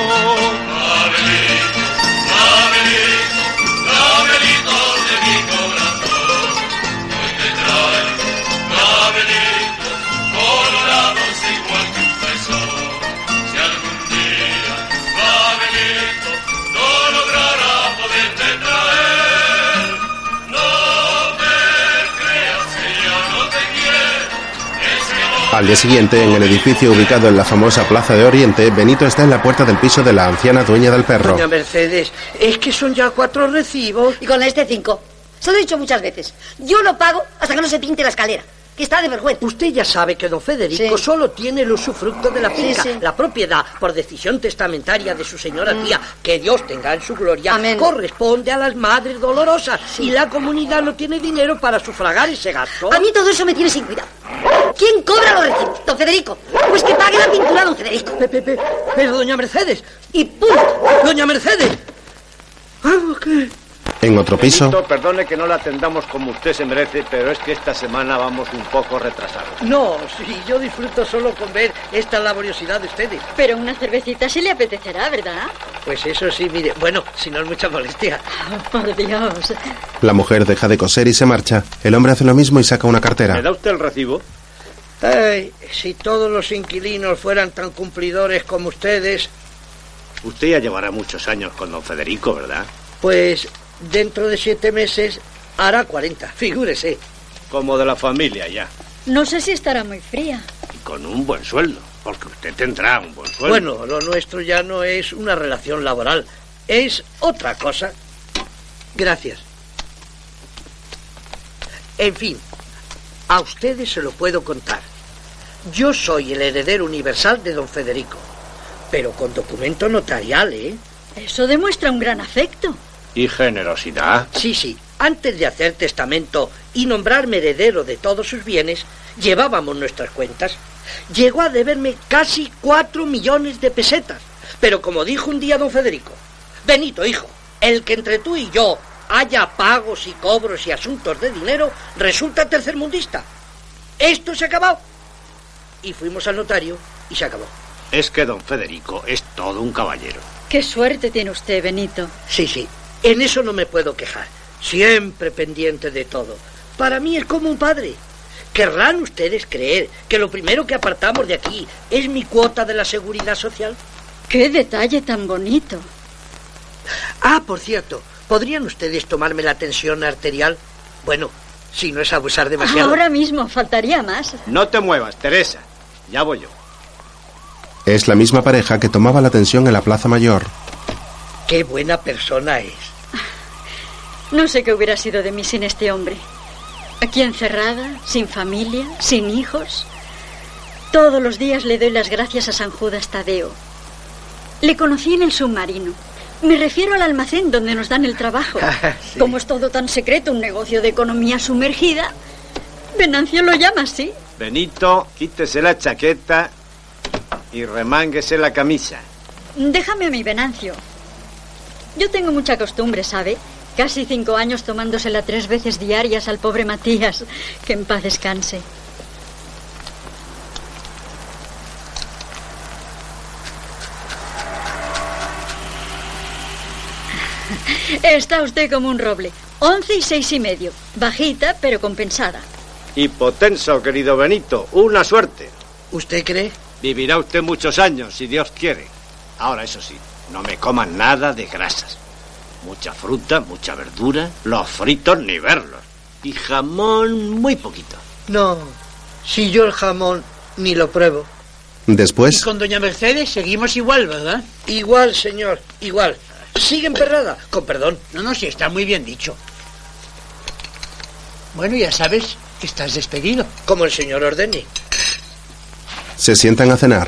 Laberintos de mi corazón, hoy te traigo laberintos colorados igual que un beso. Si algún día laberinto no logrará poderte traer, no me creas que ya no te quiero. Al día siguiente, en el edificio ubicado en la famosa Plaza de Oriente, Benito está en la puerta del piso de la anciana dueña del perro. Doña Mercedes, es que son ya 4 recibos. Y con este 5. Se lo he dicho muchas veces. Yo lo pago hasta que no se pinte la escalera, que está de vergüenza. Usted ya sabe que don Federico solo tiene el usufructo de la finca, Sí. la propiedad, por decisión testamentaria de su señora tía, que Dios tenga en su gloria, corresponde a las madres dolorosas, y la comunidad no tiene dinero para sufragar ese gasto. A mí todo eso me tiene sin cuidado. ¿Quién cobra los recibos? Don Federico. Pues que pague la pintura, don Federico. Pero doña Mercedes. Y punto. Doña Mercedes. ¿Qué? En otro piso, Perdone que no la atendamos como usted se merece, pero es que esta semana vamos un poco retrasados. No, sí, yo disfruto solo con ver esta laboriosidad de ustedes. Pero una cervecita sí le apetecerá, ¿verdad? Pues eso sí, mire, bueno, si no es mucha molestia. Por Dios. la mujer deja de coser y se marcha. El hombre hace lo mismo y saca una cartera. ¿Me da usted el recibo? Ay, si todos los inquilinos fueran tan cumplidores como ustedes, Usted ya llevará muchos años con don Federico, ¿verdad? pues dentro de 7 meses hará 40, figúrese. Como de la familia ya. No sé si estará muy fría. Y con un buen sueldo, porque usted tendrá un buen sueldo. Bueno, lo nuestro ya no es una relación laboral, es otra cosa. Gracias. En fin, a ustedes se lo puedo contar. Yo soy el heredero universal de don Federico, pero con documento notarial, ¿eh? Eso demuestra un gran afecto. ¿Y generosidad? Sí. Antes de hacer testamento y nombrarme heredero de todos sus bienes, llevábamos nuestras cuentas. Llegó a deberme casi 4 millones de pesetas. Pero como dijo un día don Federico, Benito, hijo, el que entre tú y yo haya pagos y cobros y asuntos de dinero, resulta tercermundista. Esto se ha acabado. Y fuimos al notario y se acabó. Es que don Federico es todo un caballero. Qué suerte tiene usted, Benito. Sí, sí, en eso no me puedo quejar. Siempre pendiente de todo. Para mí es como un padre. ¿Querrán ustedes creer que lo primero que apartamos de aquí es mi cuota de la seguridad social? ¡Qué detalle tan bonito! Ah, por cierto, ¿podrían ustedes tomarme la tensión arterial? Bueno, si no es abusar demasiado. Ahora mismo, faltaría más. No te muevas, Teresa. Ya voy yo. Es la misma pareja que tomaba la tensión en la Plaza Mayor. ¡Qué buena persona es! No sé qué hubiera sido de mí sin este hombre. Aquí encerrada, sin familia, sin hijos. Todos los días le doy las gracias a San Judas Tadeo. Le conocí en el submarino. Me refiero al almacén donde nos dan el trabajo. Sí. Como es todo tan secreto, un negocio de economía sumergida, Venancio lo llama así. Benito, quítese la chaqueta y remánguese la camisa. Déjame a mi Venancio. Yo tengo mucha costumbre, ¿sabe? Casi 5 años tomándosela 3 veces diarias al pobre Matías. Que en paz descanse. Está usted como un roble. 11 y 6,5. Bajita, pero compensada. Hipotenso, querido Benito. Una suerte. ¿Usted cree? Vivirá usted muchos años, si Dios quiere. Ahora, eso sí, no me coman nada de grasas. Mucha fruta, mucha verdura, los fritos ni verlos. Y jamón muy poquito. No, si yo el jamón ni lo pruebo. Después... Y con doña Mercedes seguimos igual, ¿verdad? Igual, señor, igual. Sigue emperrada, con perdón. No, sí, está muy bien dicho. Bueno, ya sabes que estás despedido. Como el señor ordene. Se sientan a cenar.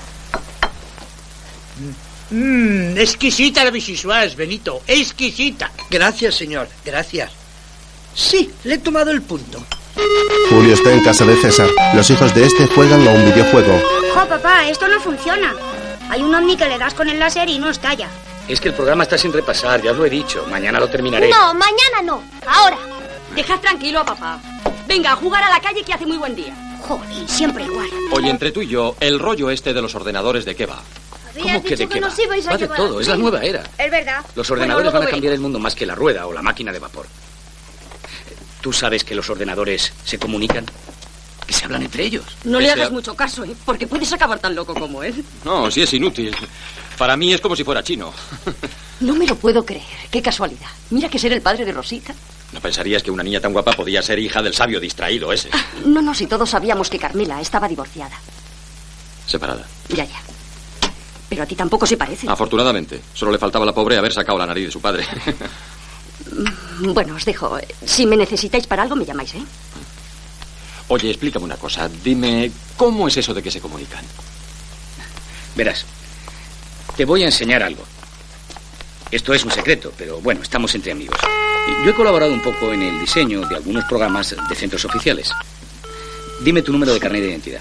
Exquisita la bichisuas, Benito, exquisita. Gracias, señor, gracias. Sí, le he tomado el punto. Julio está en casa de César. Los hijos de este juegan a un videojuego. ¡Jo, papá, esto no funciona! Hay un ovni que le das con el láser y no estalla. Es que el programa está sin repasar, ya os lo he dicho. Mañana lo terminaré. No, mañana no, ahora. Dejad tranquilo a papá. Venga, a jugar a la calle que hace muy buen día. Joder, siempre igual. Oye, entre tú y yo, el rollo este de los ordenadores, ¿de qué va? ¿Cómo que de qué va? Va de todo, es la nueva era. Es verdad. Los ordenadores van a cambiar el mundo más que la rueda o la máquina de vapor. ¿Tú sabes que los ordenadores se comunican? Que se hablan entre ellos. No le hagas mucho caso, ¿eh? Porque puedes acabar tan loco como él. No, sí es inútil. Para mí es como si fuera chino. No me lo puedo creer. Qué casualidad. Mira que ser el padre de Rosita. ¿No pensarías que una niña tan guapa podía ser hija del sabio distraído ese? No, si todos sabíamos que Carmela estaba divorciada. Separada. Ya. Pero a ti tampoco se parece. Afortunadamente. Solo le faltaba a la pobre haber sacado la nariz de su padre. Bueno, os dejo. Si me necesitáis para algo, me llamáis, ¿eh? Oye, explícame una cosa. Dime, ¿cómo es eso de que se comunican? Verás, te voy a enseñar algo. Esto es un secreto, pero bueno, estamos entre amigos. Yo he colaborado un poco en el diseño de algunos programas de centros oficiales. Dime tu número de carnet de identidad.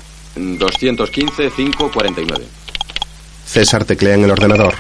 215-549. César teclea en el ordenador.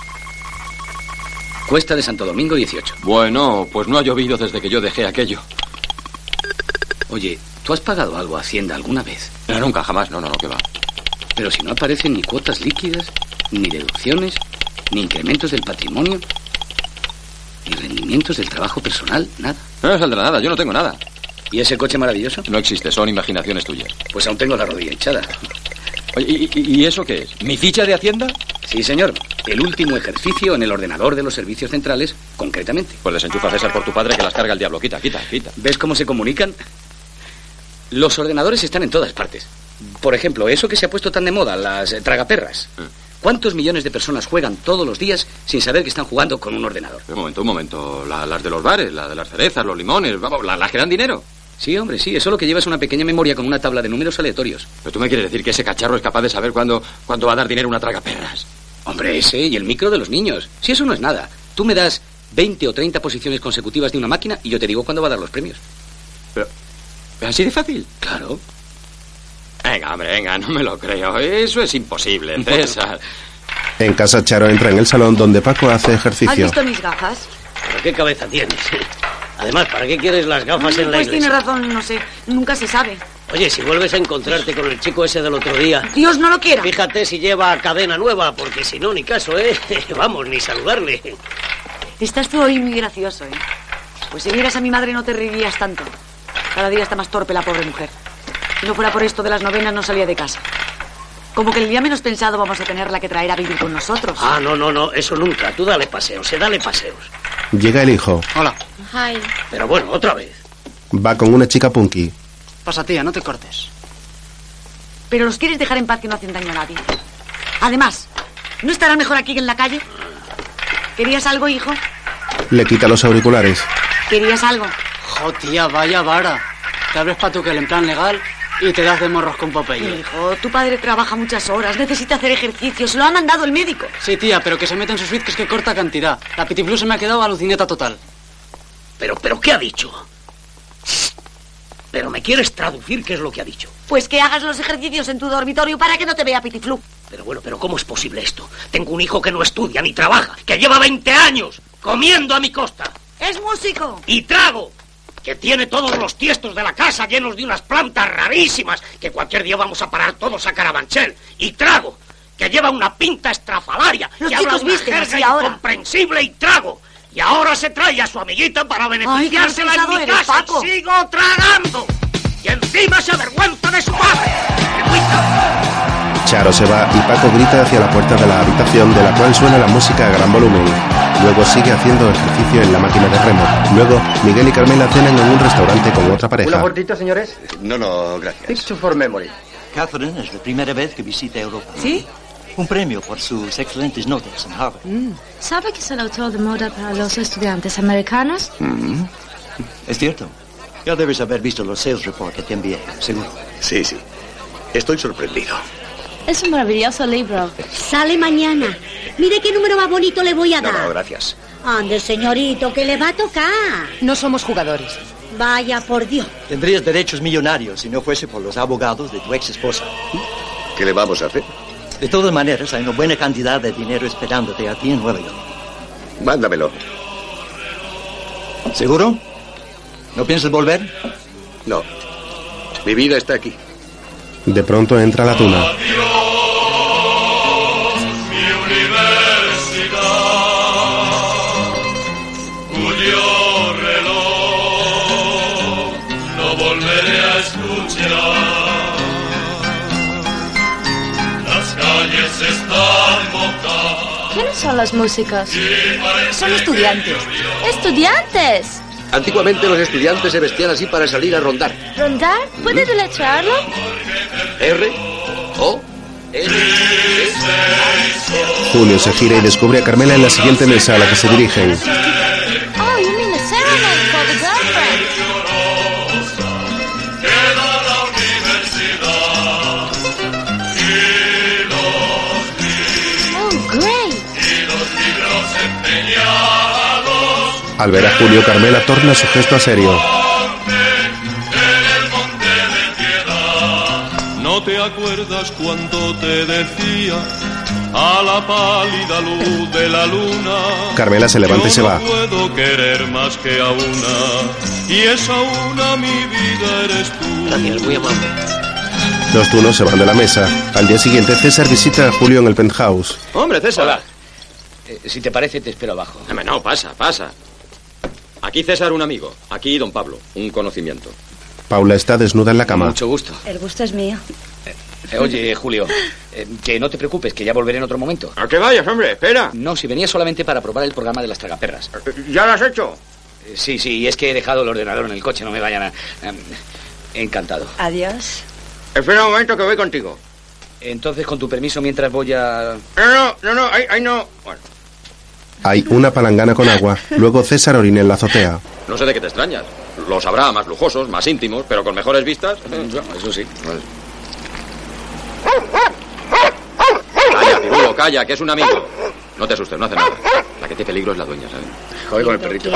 Cuesta de Santo Domingo 18. Bueno, pues no ha llovido desde que yo dejé aquello. Oye, ¿tú has pagado algo a Hacienda alguna vez? No, nunca, jamás. No, ¿qué va? Pero si no aparecen ni cuotas líquidas, ni deducciones, ni incrementos del patrimonio, ni rendimientos del trabajo personal, nada. No saldrá nada, yo no tengo nada. ¿Y ese coche maravilloso? No existe, son imaginaciones tuyas. Pues aún tengo la rodilla hinchada. Oye, ¿y eso qué es? ¿Mi ficha de Hacienda? Sí, señor. El último ejercicio en el ordenador de los servicios centrales, concretamente. Pues desenchufa a César por tu padre que las carga el diablo. Quita. ¿Ves cómo se comunican? Los ordenadores están en todas partes. Por ejemplo, eso que se ha puesto tan de moda, las tragaperras. ¿Cuántos millones de personas juegan todos los días sin saber que están jugando con un ordenador? Un momento. Las de los bares, la de las cerezas, los limones, vamos, las que dan dinero. Sí, hombre, sí. Eso lo que lleva es una pequeña memoria con una tabla de números aleatorios. Pero tú me quieres decir que ese cacharro es capaz de saber cuándo va a dar dinero una tragaperras. Hombre, ese y el micro de los niños. Si eso no es nada. Tú me das 20 o 30 posiciones consecutivas de una máquina y yo te digo cuándo va a dar los premios. Pero, ¿así de fácil? Claro. Venga, no me lo creo. Eso es imposible, César. En casa, Charo entra en el salón donde Paco hace ¿Has ejercicio. visto mis gafas? ¿Pero qué cabeza tienes? Además, ¿para qué quieres las gafas en la Pues iglesia? tiene razón, no sé. Nunca se sabe. Oye, si vuelves a encontrarte con el chico ese del otro día... Dios no lo quiera. Fíjate si lleva cadena nueva, porque si no, ni caso, ¿eh? Vamos, ni saludarle. Estás tú hoy muy gracioso, ¿eh? Pues si vieras a mi madre no te reirías tanto. Cada día está más torpe la pobre mujer. Si no fuera por esto de las novenas no salía de casa. Como que el día menos pensado vamos a tenerla que traer a vivir con nosotros. Ah, no, eso nunca. Tú dale paseos, dale paseos. Llega el hijo. Hola. Hi. Pero bueno, otra vez. Va con una chica punky. Pasa, tía, no te cortes. Pero los quieres dejar en paz, que no hacen daño a nadie. Además, ¿no estarán mejor aquí que en la calle? ¿Querías algo, hijo? Le quita los auriculares. ¿Querías algo? Jo, tía, vaya vara. Te abres pa' tu que en plan legal y te das de morros con Popeye. Hijo, tu padre trabaja muchas horas, necesita hacer ejercicio, se lo ha mandado el médico. Sí, tía, pero que se mete en su suite, que es que corta cantidad. La Pitiflu se me ha quedado alucineta total. ¿Pero qué ha dicho? ¿Pero me quieres traducir qué es lo que ha dicho? Pues que hagas los ejercicios en tu dormitorio para que no te vea Pitiflu. Pero ¿cómo es posible esto? Tengo un hijo que no estudia ni trabaja, que lleva 20 años comiendo a mi costa. ¡Es músico! Y trago, que tiene todos los tiestos de la casa llenos de unas plantas rarísimas, que cualquier día vamos a parar todos a Carabanchel. Y trago, que lleva una pinta estrafalaria, Los que habla chicos una visten jerga así ahora. incomprensible, y trago. Y ahora se trae a su amiguita para beneficiársela en mi pesado eres, casa. Paco. Y sigo tragando. Y encima se avergüenza de su padre. Charo se va y Paco grita hacia la puerta de la habitación, de la cual suena la música a gran volumen. Luego sigue haciendo ejercicio en la máquina de remo. Luego, Miguel y Carmela cenan en un restaurante con otra ¿Un pareja. abortito, señores? No, gracias. Picture for memory. Catherine es la primera vez que visita Europa. ¿Sí? Un premio por sus excelentes notas en Harvard. ¿Sabe que es el autor de moda para los estudiantes americanos? Es cierto. Ya debes haber visto los sales report que te envié, seguro. Sí. Estoy sorprendido. Es un maravilloso libro. Sale mañana. Mire qué número más bonito le voy a dar. No, gracias. Ande, señorito, que le va a tocar. No somos jugadores. Vaya, por Dios. Tendrías derechos millonarios si no fuese por los abogados de tu ex esposa. ¿Qué le vamos a hacer? De todas maneras, hay una buena cantidad de dinero esperándote a ti en Nueva York. Mándamelo. ¿Seguro? ¿No piensas volver? No. Mi vida está aquí. De pronto entra la tuna. Cuyo reloj no volveré a escuchar. Las calles están mojadas. ¿Quiénes son los músicos? Son estudiantes. ¡Estudiantes! Antiguamente los estudiantes se vestían así para salir a rondar. ¿Rondar? ¿Puede deletrearlo? Julio se gira y descubre a Carmela en la siguiente mesa a la que se dirigen. Oh, you mean the serenade for the girlfriend. Oh, great. Al ver a Julio, Carmela torna su gesto a serio. ¿No te acuerdas cuando te decía a la pálida luz de la luna? Carmela se levanta y se va. Yo no puedo querer más que a una, y esa una mi vida eres tú. Gracias, muy amable. Los tunos se van de la mesa. Al día siguiente, César visita a Julio en el penthouse. Hombre, César. Hola. Si te parece, te espero abajo. No, pasa. Aquí César, un amigo. Aquí don Pablo, un conocimiento. Paula está desnuda en la cama. Mucho gusto. El gusto es mío. Oye, Julio, que no te preocupes, que ya volveré en otro momento. ¿A qué vayas, hombre? Espera. No, si venía solamente para probar el programa de las tragaperras. ¿Ya lo has hecho? Sí, es que he dejado el ordenador en el coche, no me vayan a... Encantado. Adiós. Espera un momento que voy contigo. Entonces, con tu permiso, mientras voy a... No, ahí no. Bueno. Hay una palangana con agua. Luego César orina en la azotea. No sé de qué te extrañas. Los habrá más lujosos, más íntimos, pero con mejores vistas. Eso sí. Calla, pirulo, calla, que es un amigo. No te asustes, no hace nada. La que tiene peligro es la dueña, ¿sabes? Joder con el perrito.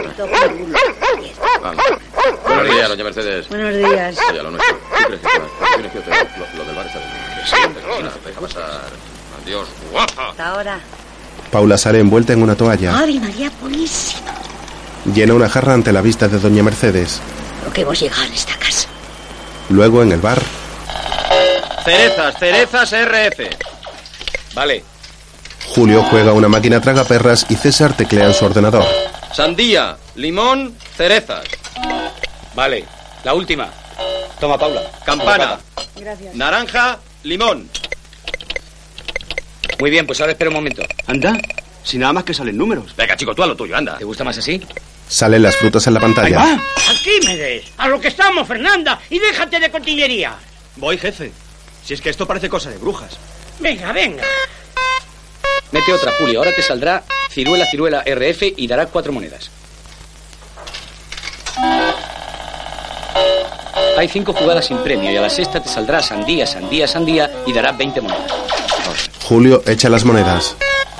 Vamos. Buenos días, doña Mercedes. Buenos días. Oye, lo nuestro. ¿Tú crees que te va? ¿Tienes que lo del bar está bien? Sí, pero no, deja pasar. Dios, guapa. Hasta ahora. Paula sale envuelta en una toalla. Ave María Purísima. Llena una jarra ante la vista de doña Mercedes. Lo que hemos llegado en esta casa. Luego, en el bar... Cerezas RF. Vale. Julio juega una máquina tragaperras y César teclea en su ordenador. Sandía, limón, cerezas. Vale. La última. Toma, Paula. Campana. Gracias. Naranja, limón. Muy bien, pues ahora espera un momento. Anda, si nada más que salen números. Venga, chico, tú a lo tuyo, anda. ¿Te gusta más así? Salen las frutas en la pantalla. Arquímedes, a lo que estamos, Fernanda, y déjate de cotillería. Voy, jefe. Si es que esto parece cosa de brujas. Venga, venga. Mete otra, Julio. Ahora te saldrá ciruela RF y dará 4 monedas. Hay 5 jugadas sin premio y a la sexta te saldrá sandía y dará 20 monedas. Julio echa las monedas.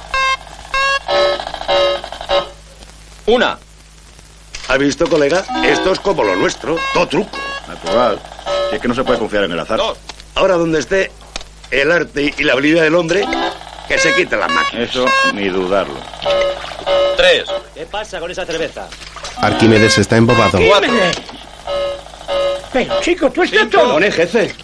Una. ¿Ha visto, colega? Esto es como lo nuestro. Todo truco. Natural. Si es que no se puede confiar en el azar. Dos. Ahora donde esté el arte y la habilidad del hombre, que se quite las máquinas. Eso ni dudarlo. 3. ¿Qué pasa con esa cerveza? Arquímedes está embobado. Arquímedes. Pero, chico, tú estás todo. Pone, jefe.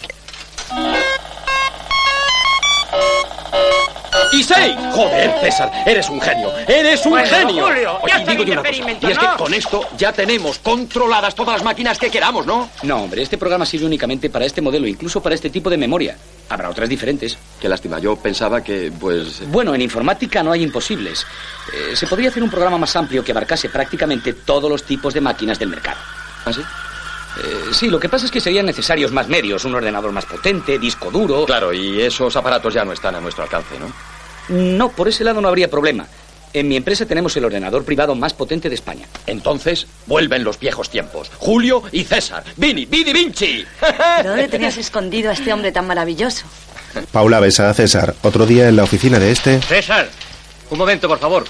Y 6. Joder, César, eres un genio. Eres un genio. Julio, ya Oye, digo yo una cosa. Y es que ¿no? con esto ya tenemos controladas todas las máquinas que queramos, ¿no? No, hombre, este programa sirve únicamente para este modelo, incluso para este tipo de memoria. Habrá otras diferentes. Qué lástima, yo pensaba que, pues... Bueno, en informática no hay imposibles. Se podría hacer un programa más amplio que abarcase prácticamente todos los tipos de máquinas del mercado. ¿Ah, sí? Sí, lo que pasa es que serían necesarios más medios, un ordenador más potente, disco duro... Claro, y esos aparatos ya no están a nuestro alcance, ¿no? No, por ese lado no habría problema. En mi empresa tenemos el ordenador privado más potente de España. Entonces, vuelven los viejos tiempos. Julio y César. Vini Vinci. ¿Dónde tenías escondido a este hombre tan maravilloso? Paula besa a César. Otro día en la oficina de este... César, un momento, por favor.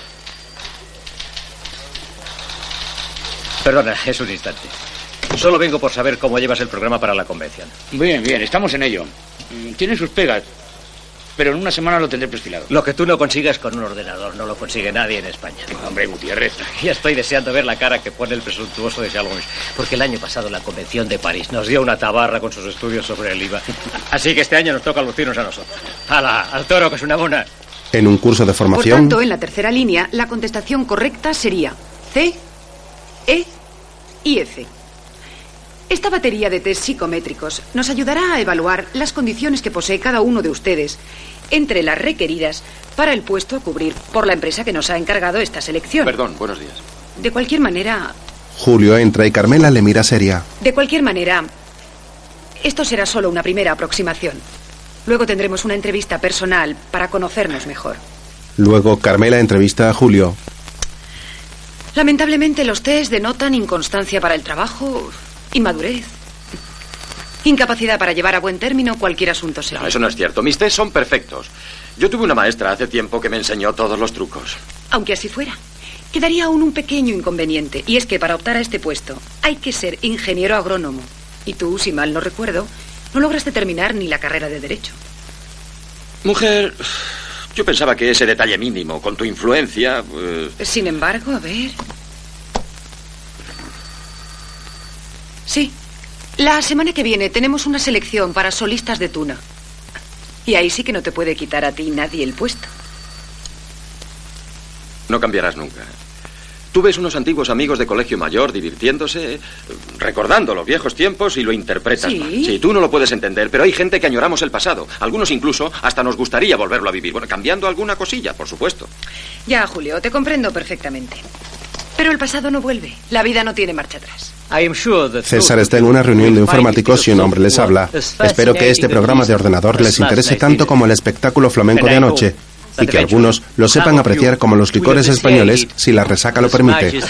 Perdona, es un instante. Solo vengo por saber cómo llevas el programa para la convención. Bien, estamos en ello. Tiene sus pegas, pero en una semana lo tendré perfilado. Lo que tú no consigas con un ordenador no lo consigue nadie en España. Hombre, Gutiérrez. Ya estoy deseando ver la cara que pone el presuntuoso de Chalons, porque el año pasado la convención de París nos dio una tabarra con sus estudios sobre el IVA. Así que este año nos toca lucirnos a nosotros. ¡Hala, al toro, que es una mona! En un curso de Por formación... tanto, en la tercera línea, la contestación correcta sería C, E y F. Esta batería de test psicométricos nos ayudará a evaluar las condiciones que posee cada uno de ustedes entre las requeridas para el puesto a cubrir por la empresa que nos ha encargado esta selección. Perdón, buenos días. De cualquier manera, Julio entra y Carmela le mira seria. esto será solo una primera aproximación. Luego tendremos una entrevista personal para conocernos mejor. Luego Carmela entrevista a Julio. Lamentablemente los test denotan inconstancia para el trabajo, inmadurez, incapacidad para llevar a buen término cualquier asunto serio. No, eso no es cierto. Mis test son perfectos. Yo tuve una maestra hace tiempo que me enseñó todos los trucos. Aunque así fuera, quedaría aún un pequeño inconveniente, y es que para optar a este puesto hay que ser ingeniero agrónomo. Y tú, si mal no recuerdo, no lograste terminar ni la carrera de Derecho. Mujer, yo pensaba que ese detalle mínimo, con tu influencia... Sin embargo, a ver... Sí, la semana que viene tenemos una selección para solistas de tuna. Y ahí sí que no te puede quitar a ti nadie el puesto. No cambiarás nunca. Tú ves unos antiguos amigos de colegio mayor divirtiéndose, recordando los viejos tiempos y lo interpretas mal. Sí, tú no lo puedes entender, pero hay gente que añoramos el pasado. Algunos incluso hasta nos gustaría volverlo a vivir. Bueno, cambiando alguna cosilla, por supuesto. Ya, Julio, te comprendo perfectamente. Pero el pasado no vuelve. La vida no tiene marcha atrás. César está en una reunión de informáticos y un hombre les habla. Espero que este programa de ordenador les interese tanto como el espectáculo flamenco de anoche, y que algunos lo sepan apreciar como los licores españoles si la resaca lo permite.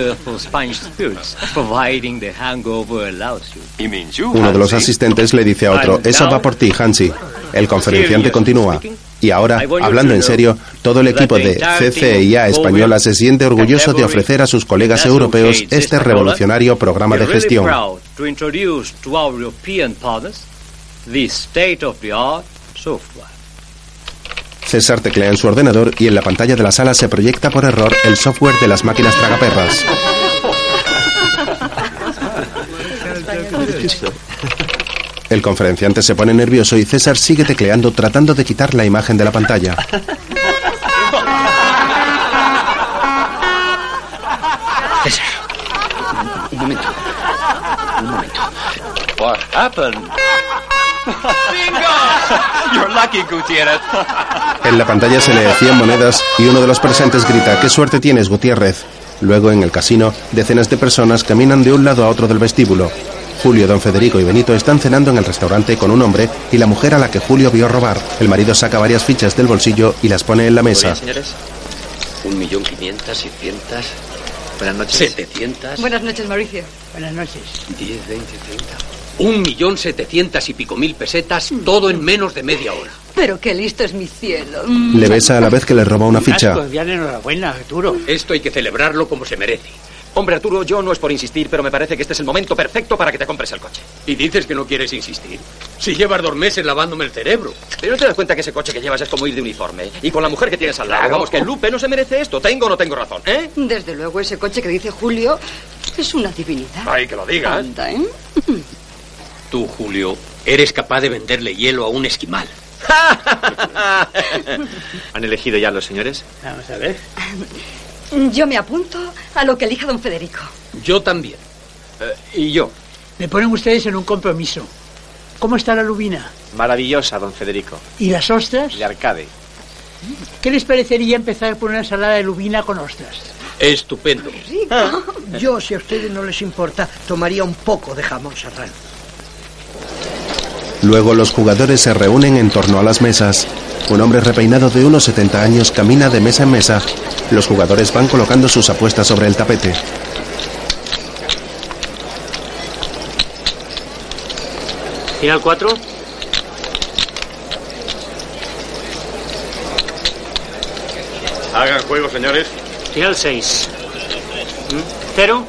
Uno de los asistentes le dice a otro: eso va por ti, Hansi. El conferenciante continúa. Y ahora, hablando en serio, todo el equipo de CCIA española se siente orgulloso de ofrecer a sus colegas europeos este revolucionario programa de gestión. César teclea en su ordenador y en la pantalla de la sala se proyecta por error el software de las máquinas tragaperras. El conferenciante se pone nervioso y César sigue tecleando tratando de quitar la imagen de la pantalla. César, un momento. What happened? ¡Bingo! You're lucky, Gutiérrez. En la pantalla se lee 100 monedas y uno de los presentes grita: ¡qué suerte tienes, Gutiérrez! Luego, en el casino, decenas de personas caminan de un lado a otro del vestíbulo. Julio, don Federico y Benito están cenando en el restaurante con un hombre y la mujer a la que Julio vio robar. El marido saca varias fichas del bolsillo y las pone en la mesa. Señores, 1.500.000, 600. Buenas noches. 700. Buenas noches, Mauricio. Buenas noches. 10, 20, 30. 1.700.000 y pico mil pesetas, todo en menos de media hora. Pero qué listo es mi cielo. Le besa a la vez que le roba una ficha. Cordial enhorabuena, Arturo. Esto hay que celebrarlo como se merece. Hombre, Arturo, yo no es por insistir, pero me parece que este es el momento perfecto para que te compres el coche. ¿Y dices que no quieres insistir? Si llevas 2 meses lavándome el cerebro. Pero no te das cuenta que ese coche que llevas es como ir de uniforme. Y con la mujer que tienes al lado. Claro. Vamos, que el Lupe no se merece esto. ¿Tengo o no tengo razón, eh? Desde luego, ese coche que dice Julio es una divinidad. Ay, que lo digas. Anda, ¿eh? Tú, Julio, eres capaz de venderle hielo a un esquimal. ¿Han elegido ya los señores? Vamos a ver. Yo me apunto a lo que elija don Federico. Yo también. Y yo. Me ponen ustedes en un compromiso. ¿Cómo está la lubina? Maravillosa, don Federico. ¿Y las ostras? De Arcade. ¿Qué les parecería empezar por una ensalada de lubina con ostras? Estupendo. Yo, si a ustedes no les importa, tomaría un poco de jamón serrano. Luego los jugadores se reúnen en torno a las mesas. Un hombre repeinado de unos 70 años camina de mesa en mesa. Los jugadores van colocando sus apuestas sobre el tapete. Final 4. Hagan juego, señores. Final 6. 0.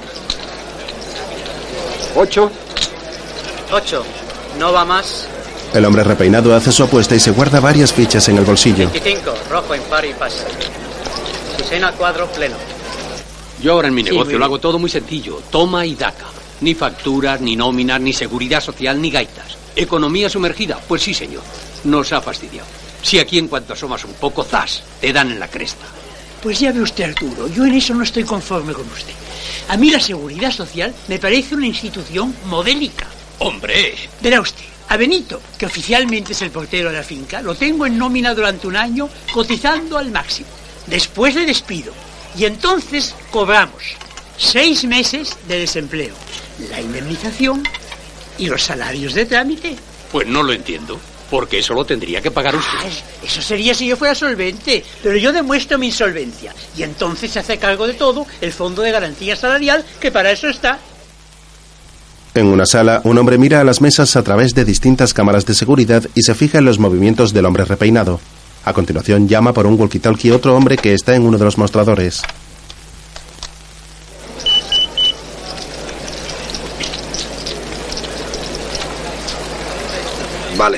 8. 8. No va más. El hombre repeinado hace su apuesta y se guarda varias fichas en el bolsillo. 25. Rojo, impar y pasa. Sisena, cuadro, pleno. Yo ahora en mi negocio lo hago todo muy sencillo. Toma y daca. Ni facturas, ni nóminas, ni seguridad social, ni gaitas. ¿Economía sumergida? Pues sí, señor. Nos ha fastidiado. Si aquí en cuanto asomas un poco, ¡zas!, te dan en la cresta. Pues ya ve usted, Arturo, yo en eso no estoy conforme con usted. A mí la seguridad social me parece una institución modélica. ¡Hombre! Verá usted, a Benito, que oficialmente es el portero de la finca, lo tengo en nómina durante un año, cotizando al máximo. Después le despido. Y entonces cobramos 6 meses de desempleo, la indemnización y los salarios de trámite. Pues no lo entiendo, porque eso lo tendría que pagar usted. Eso sería si yo fuera solvente, pero yo demuestro mi insolvencia. Y entonces se hace cargo de todo el Fondo de Garantía Salarial, que para eso está. En una sala, un hombre mira a las mesas a través de distintas cámaras de seguridad y se fija en los movimientos del hombre repeinado. A continuación llama por un walkie-talkie otro hombre que está en uno de los mostradores. Vale.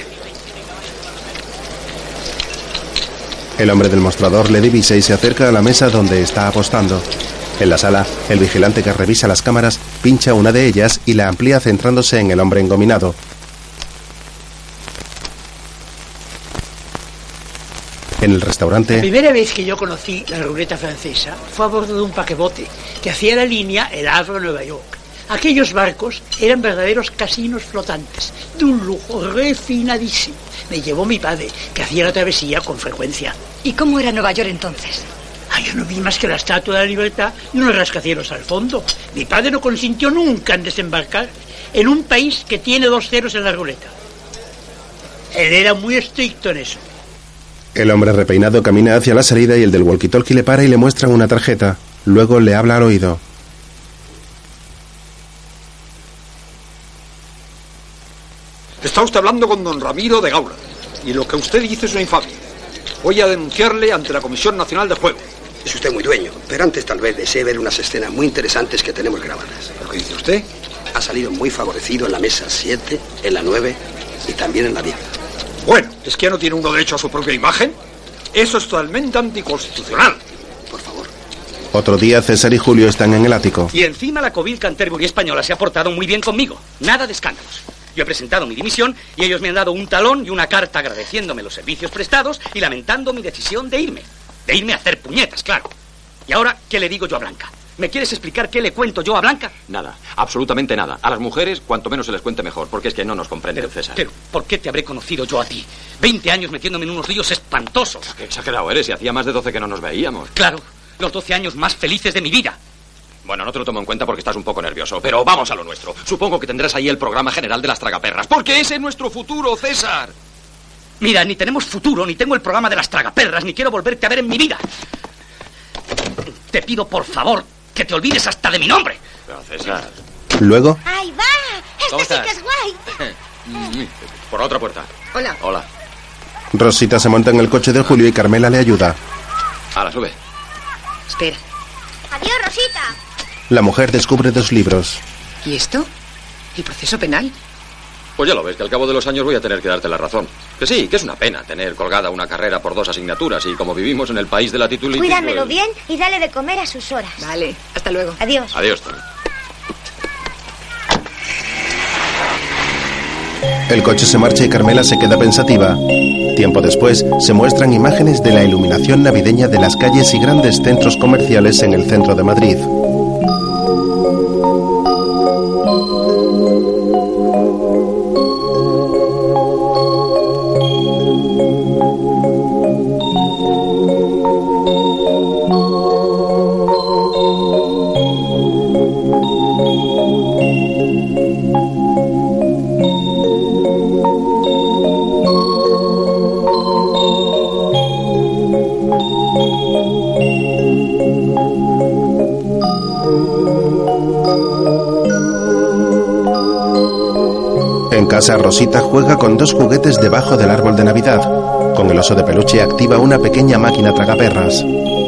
El hombre del mostrador le divisa y se acerca a la mesa donde está apostando. En la sala, el vigilante que revisa las cámaras pincha una de ellas y la amplía centrándose en el hombre engominado. En el restaurante... La primera vez que yo conocí la ruleta francesa fue a bordo de un paquebote que hacía la línea El Havre-Nueva York. Aquellos barcos eran verdaderos casinos flotantes, de un lujo refinadísimo. Me llevó mi padre, que hacía la travesía con frecuencia. ¿Y cómo era Nueva York entonces? Yo no vi más que la Estatua de la Libertad y unos rascacielos al fondo. Mi padre no consintió nunca en desembarcar en un país que tiene 2 ceros en la ruleta. Él era muy estricto en eso. El hombre repeinado camina hacia la salida y el del walkie-talkie le para y le muestra una tarjeta. Luego le habla al oído. Está usted hablando con don Ramiro de Gaula. Y lo que usted dice es una infamia. Voy a denunciarle ante la Comisión Nacional de Juego. Es usted muy dueño, pero antes tal vez desee ver unas escenas muy interesantes que tenemos grabadas. ¿Lo que dice usted? Ha salido muy favorecido en la mesa 7, en la 9 y también en la 10. Bueno, ¿es que ya no tiene uno derecho a su propia imagen? Eso es totalmente anticonstitucional. Otro día, César y Julio están en el ático. Y encima la Covil Canterbury española se ha portado muy bien conmigo. Nada de escándalos. Yo he presentado mi dimisión y ellos me han dado un talón y una carta agradeciéndome los servicios prestados y lamentando mi decisión de irme. De irme a hacer puñetas, claro. Y ahora, ¿qué le digo yo a Blanca? ¿Me quieres explicar qué le cuento yo a Blanca? Nada, absolutamente nada. A las mujeres, cuanto menos se les cuente mejor, porque es que no nos comprenden, César. Pero, ¿por qué te habré conocido yo a ti? 20 años metiéndome en unos líos espantosos. Qué exagerado eres, y hacía más de 12 que no nos veíamos. Claro, los 12 años más felices de mi vida. Bueno, no te lo tomo en cuenta porque estás un poco nervioso, pero vamos a lo nuestro. Supongo que tendrás ahí el programa general de las tragaperras, porque ese es nuestro futuro, César. Mira, ni tenemos futuro, ni tengo el programa de las tragaperras, ni quiero volverte a ver en mi vida. Te pido, por favor, que te olvides hasta de mi nombre. Pero, César... Luego... ¡Ahí va! ¿Cómo ¡Este sí estás? que es guay! Por la otra puerta. Hola. Hola. Rosita se monta en el coche de Julio y Carmela le ayuda. Hala, sube. Espera. ¡Adiós, Rosita! La mujer descubre 2 libros. ¿Y esto? ¿El proceso penal? Pues ya lo ves, que al cabo de los años voy a tener que darte la razón. Que sí, que es una pena tener colgada una carrera por 2 asignaturas y como vivimos en el país de la titulitis... Cuídamelo pues- bien y dale de comer a sus horas. Vale, hasta luego. Adiós. Adiós, Tony. El coche se marcha y Carmela se queda pensativa. Tiempo después, se muestran imágenes de la iluminación navideña de las calles y grandes centros comerciales en el centro de Madrid. En casa, Rosita juega con 2 juguetes debajo del árbol de Navidad. Con el oso de peluche activa una pequeña máquina tragaperras.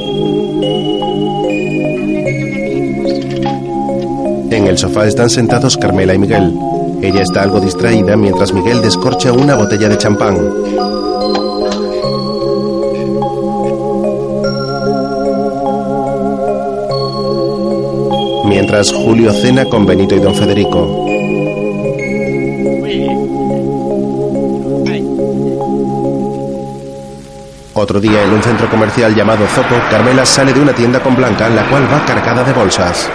En el sofá están sentados Carmela y Miguel. Ella está algo distraída mientras Miguel descorcha una botella de champán. Mientras Julio cena con Benito y don Federico. Otro día, en un centro comercial llamado Zoco, Carmela sale de una tienda con Blanca, la cual va cargada de bolsas.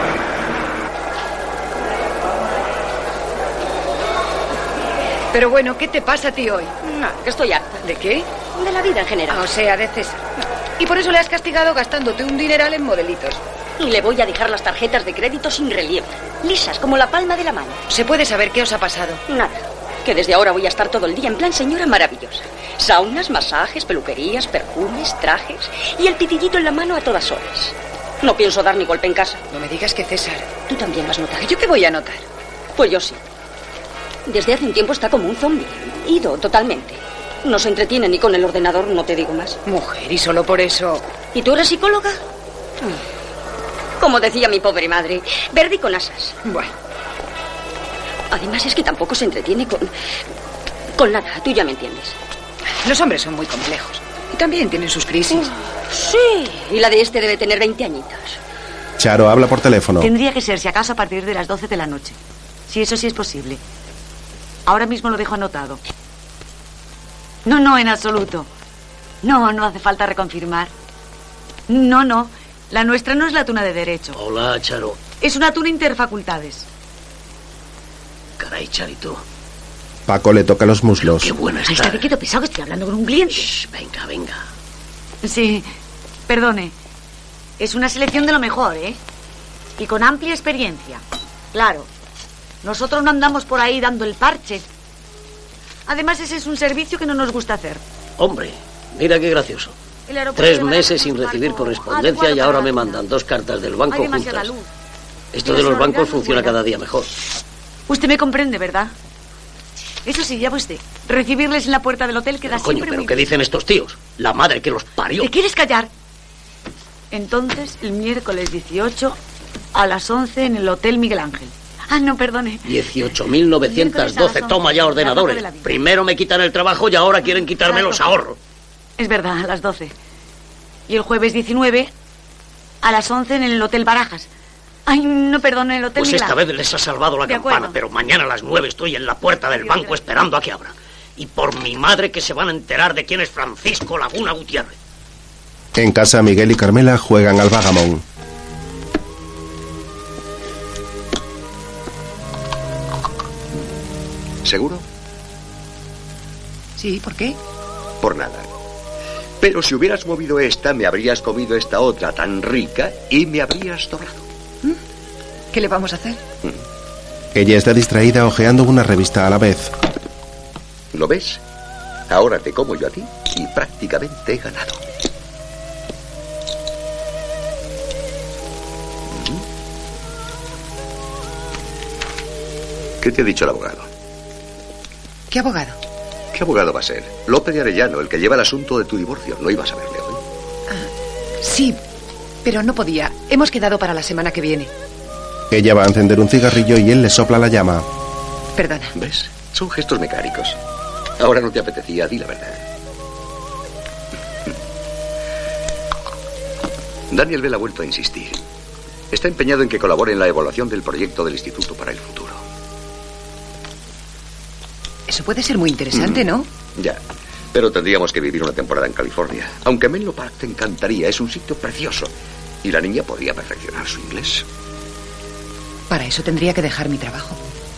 Pero bueno, ¿qué te pasa a ti hoy? No, que estoy harta. ¿De qué? De la vida en general. O sea, de César. Y por eso le has castigado gastándote un dineral en modelitos. Y le voy a dejar las tarjetas de crédito sin relieve, lisas como la palma de la mano. ¿Se puede saber qué os ha pasado? Nada, que desde ahora voy a estar todo el día en plan señora maravillosa. Saunas, masajes, peluquerías, perfumes, trajes y el pitillito en la mano a todas horas. No pienso dar ni golpe en casa. No me digas que César. Tú también vas a notar. ¿Yo qué voy a notar? Pues yo sí. Desde hace un tiempo está como un zombie, ido totalmente. No se entretiene ni con el ordenador, no te digo más. Mujer, y solo por eso... ¿Y tú eres psicóloga? Como decía mi pobre madre, verde y con asas. Bueno. Además es que tampoco se entretiene con nada, tú ya me entiendes. Los hombres son muy complejos. Y también tienen sus crisis. Sí, y la de este debe tener 20 añitos. Charo habla por teléfono. Tendría que ser, si acaso, a partir de las 12 de la noche. Si eso sí es posible. Ahora mismo lo dejo anotado. No, en absoluto. No hace falta reconfirmar. No. La nuestra no es la tuna de derecho. Hola, Charo. Es una tuna interfacultades. Caray, Charito. Paco le toca los muslos. Qué buena Ay, está. está quieto, pesado, que estoy hablando con un cliente. Shh, venga. Sí, perdone. Es una selección de lo mejor, ¿eh? Y con amplia experiencia. Claro. Nosotros no andamos por ahí dando el parche. Además, ese es un servicio que no nos gusta hacer. Hombre, mira qué gracioso. 3 meses sin recibir correspondencia y ahora me mandan 2 cartas del banco Hay demasiada juntas. luz. Esto de los bancos funciona cada día mejor. Usted me comprende, ¿verdad? Eso sí, ya usted. Recibirles en la puerta del hotel queda Pero, coño, siempre ¿pero muy qué bien. dicen estos tíos? La madre que los parió. ¿Te quieres callar? Entonces, el miércoles 18 a las 11 en el Hotel Miguel Ángel. Ah, no, perdone. 18.912. Toma ya ordenadores. Primero me quitan el trabajo y ahora quieren quitarme los ahorros. Es verdad, a las 12. Y el jueves 19, a las 11 en el Hotel Barajas. Ay, no, perdón, en el Hotel Pues Milán. esta vez les ha salvado la De campana, acuerdo. pero mañana a las 9 estoy en la puerta del banco esperando a que abra. Y por mi madre que se van a enterar de quién es Francisco Laguna Gutiérrez. En casa, Miguel y Carmela juegan al vagamón. ¿Seguro? Sí, ¿por qué? Por nada. Pero si hubieras movido esta, me habrías comido esta otra tan rica y me habrías doblado. ¿Qué le vamos a hacer? Ella está distraída hojeando una revista a la vez. ¿Lo ves? Ahora te como yo a ti y prácticamente he ganado. ¿Qué te ha dicho el abogado? ¿Qué abogado? ¿Qué abogado va a ser? López de Arellano, el que lleva el asunto de tu divorcio. No ibas a verle hoy. Sí, pero no podía. Hemos quedado para la semana que viene. Ella va a encender un cigarrillo y él le sopla la llama. Perdona. ¿Ves? Son gestos mecánicos. Ahora no te apetecía, di la verdad. Daniel Bell ha vuelto a insistir. Está empeñado en que colabore en la evaluación del proyecto del Instituto para el Futuro. Eso puede ser muy interesante, ¿no? Ya, pero tendríamos que vivir una temporada en California. Aunque Menlo Park te encantaría, es un sitio precioso. Y la niña podría perfeccionar su inglés. Para eso tendría que dejar mi trabajo.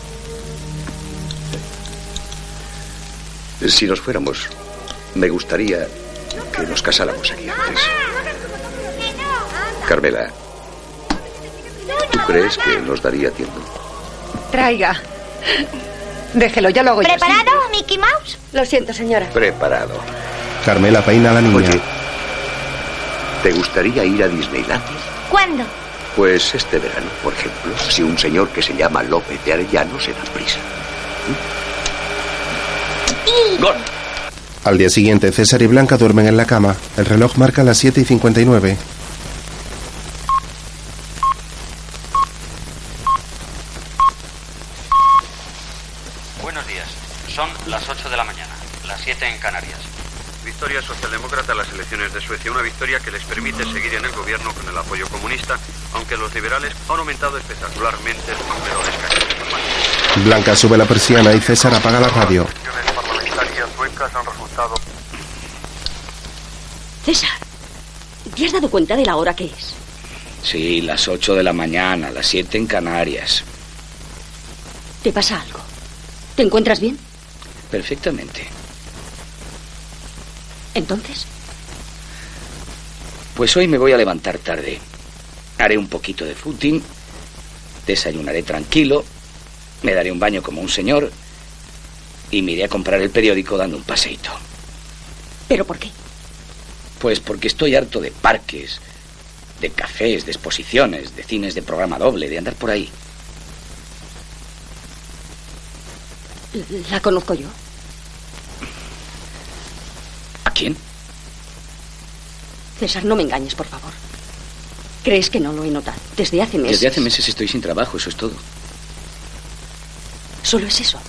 Si nos fuéramos, me gustaría que nos casáramos aquí antes. Carmela, ¿tú crees que nos daría tiempo? Traiga. Déjelo, ya lo hago yo. ¿Preparado, Mickey Mouse? Lo siento, señora. Preparado. Carmela peina a la niña. Oye, ¿te gustaría ir a Disneylandia? ¿Cuándo? Pues este verano, por ejemplo, si un señor que se llama López de Arellano se da prisa. ¡Gol! Al día siguiente, César y Blanca duermen en la cama. El reloj marca las 7:59. Buenos días. Son las 8 de la mañana, las 7 en Canarias. Victoria socialdemócrata en las elecciones de Suecia. Una victoria que les permite seguir en el gobierno con el apoyo comunista, aunque los liberales han aumentado espectacularmente el número de escaños. Blanca sube la persiana y César apaga la radio. Las elecciones parlamentarias suecas han resultado... César, ¿te has dado cuenta de la hora que es? Sí, las 8 de la mañana, las 7 en Canarias. ¿Te pasa algo? ¿Te encuentras bien? Perfectamente. ¿Entonces? Pues hoy me voy a levantar tarde. Haré un poquito de footing, desayunaré tranquilo, me daré un baño como un señor y me iré a comprar el periódico dando un paseíto. ¿Pero por qué? Pues porque estoy harto de parques, de cafés, de exposiciones, de cines de programa doble, de andar por ahí. ¿La conozco yo? ¿A quién? César, no me engañes, por favor. ¿Crees que no lo he notado? Desde hace meses. Desde hace meses estoy sin trabajo, eso es todo. ¿Solo es eso?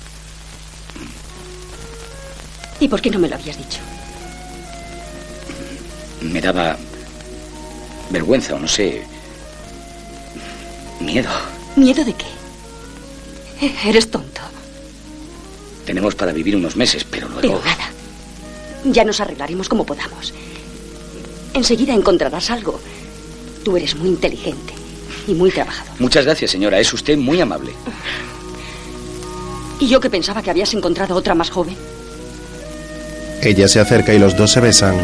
¿Y por qué no me lo habías dicho? Me daba vergüenza o no sé. Miedo. ¿Miedo de qué? Eres tonto. Tenemos para vivir unos meses, pero luego... Pero nada. Ya nos arreglaremos como podamos. Enseguida encontrarás algo. Tú eres muy inteligente y muy trabajador. Muchas gracias, señora. Es usted muy amable. Y yo que pensaba que habías encontrado otra más joven. Ella se acerca y los dos se besan.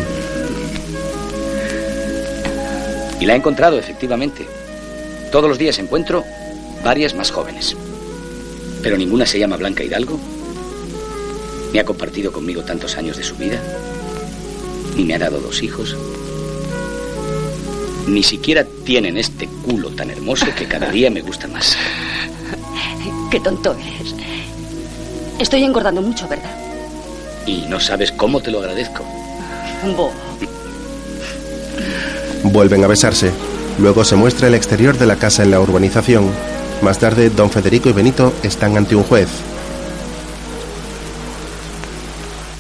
Y la he encontrado, efectivamente. Todos los días encuentro varias más jóvenes. Pero ninguna se llama Blanca Hidalgo, ni ha compartido conmigo tantos años de su vida, ni me ha dado 2 hijos, ni siquiera tienen este culo tan hermoso que cada día me gusta más. Qué tonto eres. Estoy engordando mucho, ¿verdad? Y no sabes cómo te lo agradezco. Bobo. Vuelven a besarse. Luego se muestra el exterior de la casa en la urbanización. Más tarde, don Federico y Benito están ante un juez.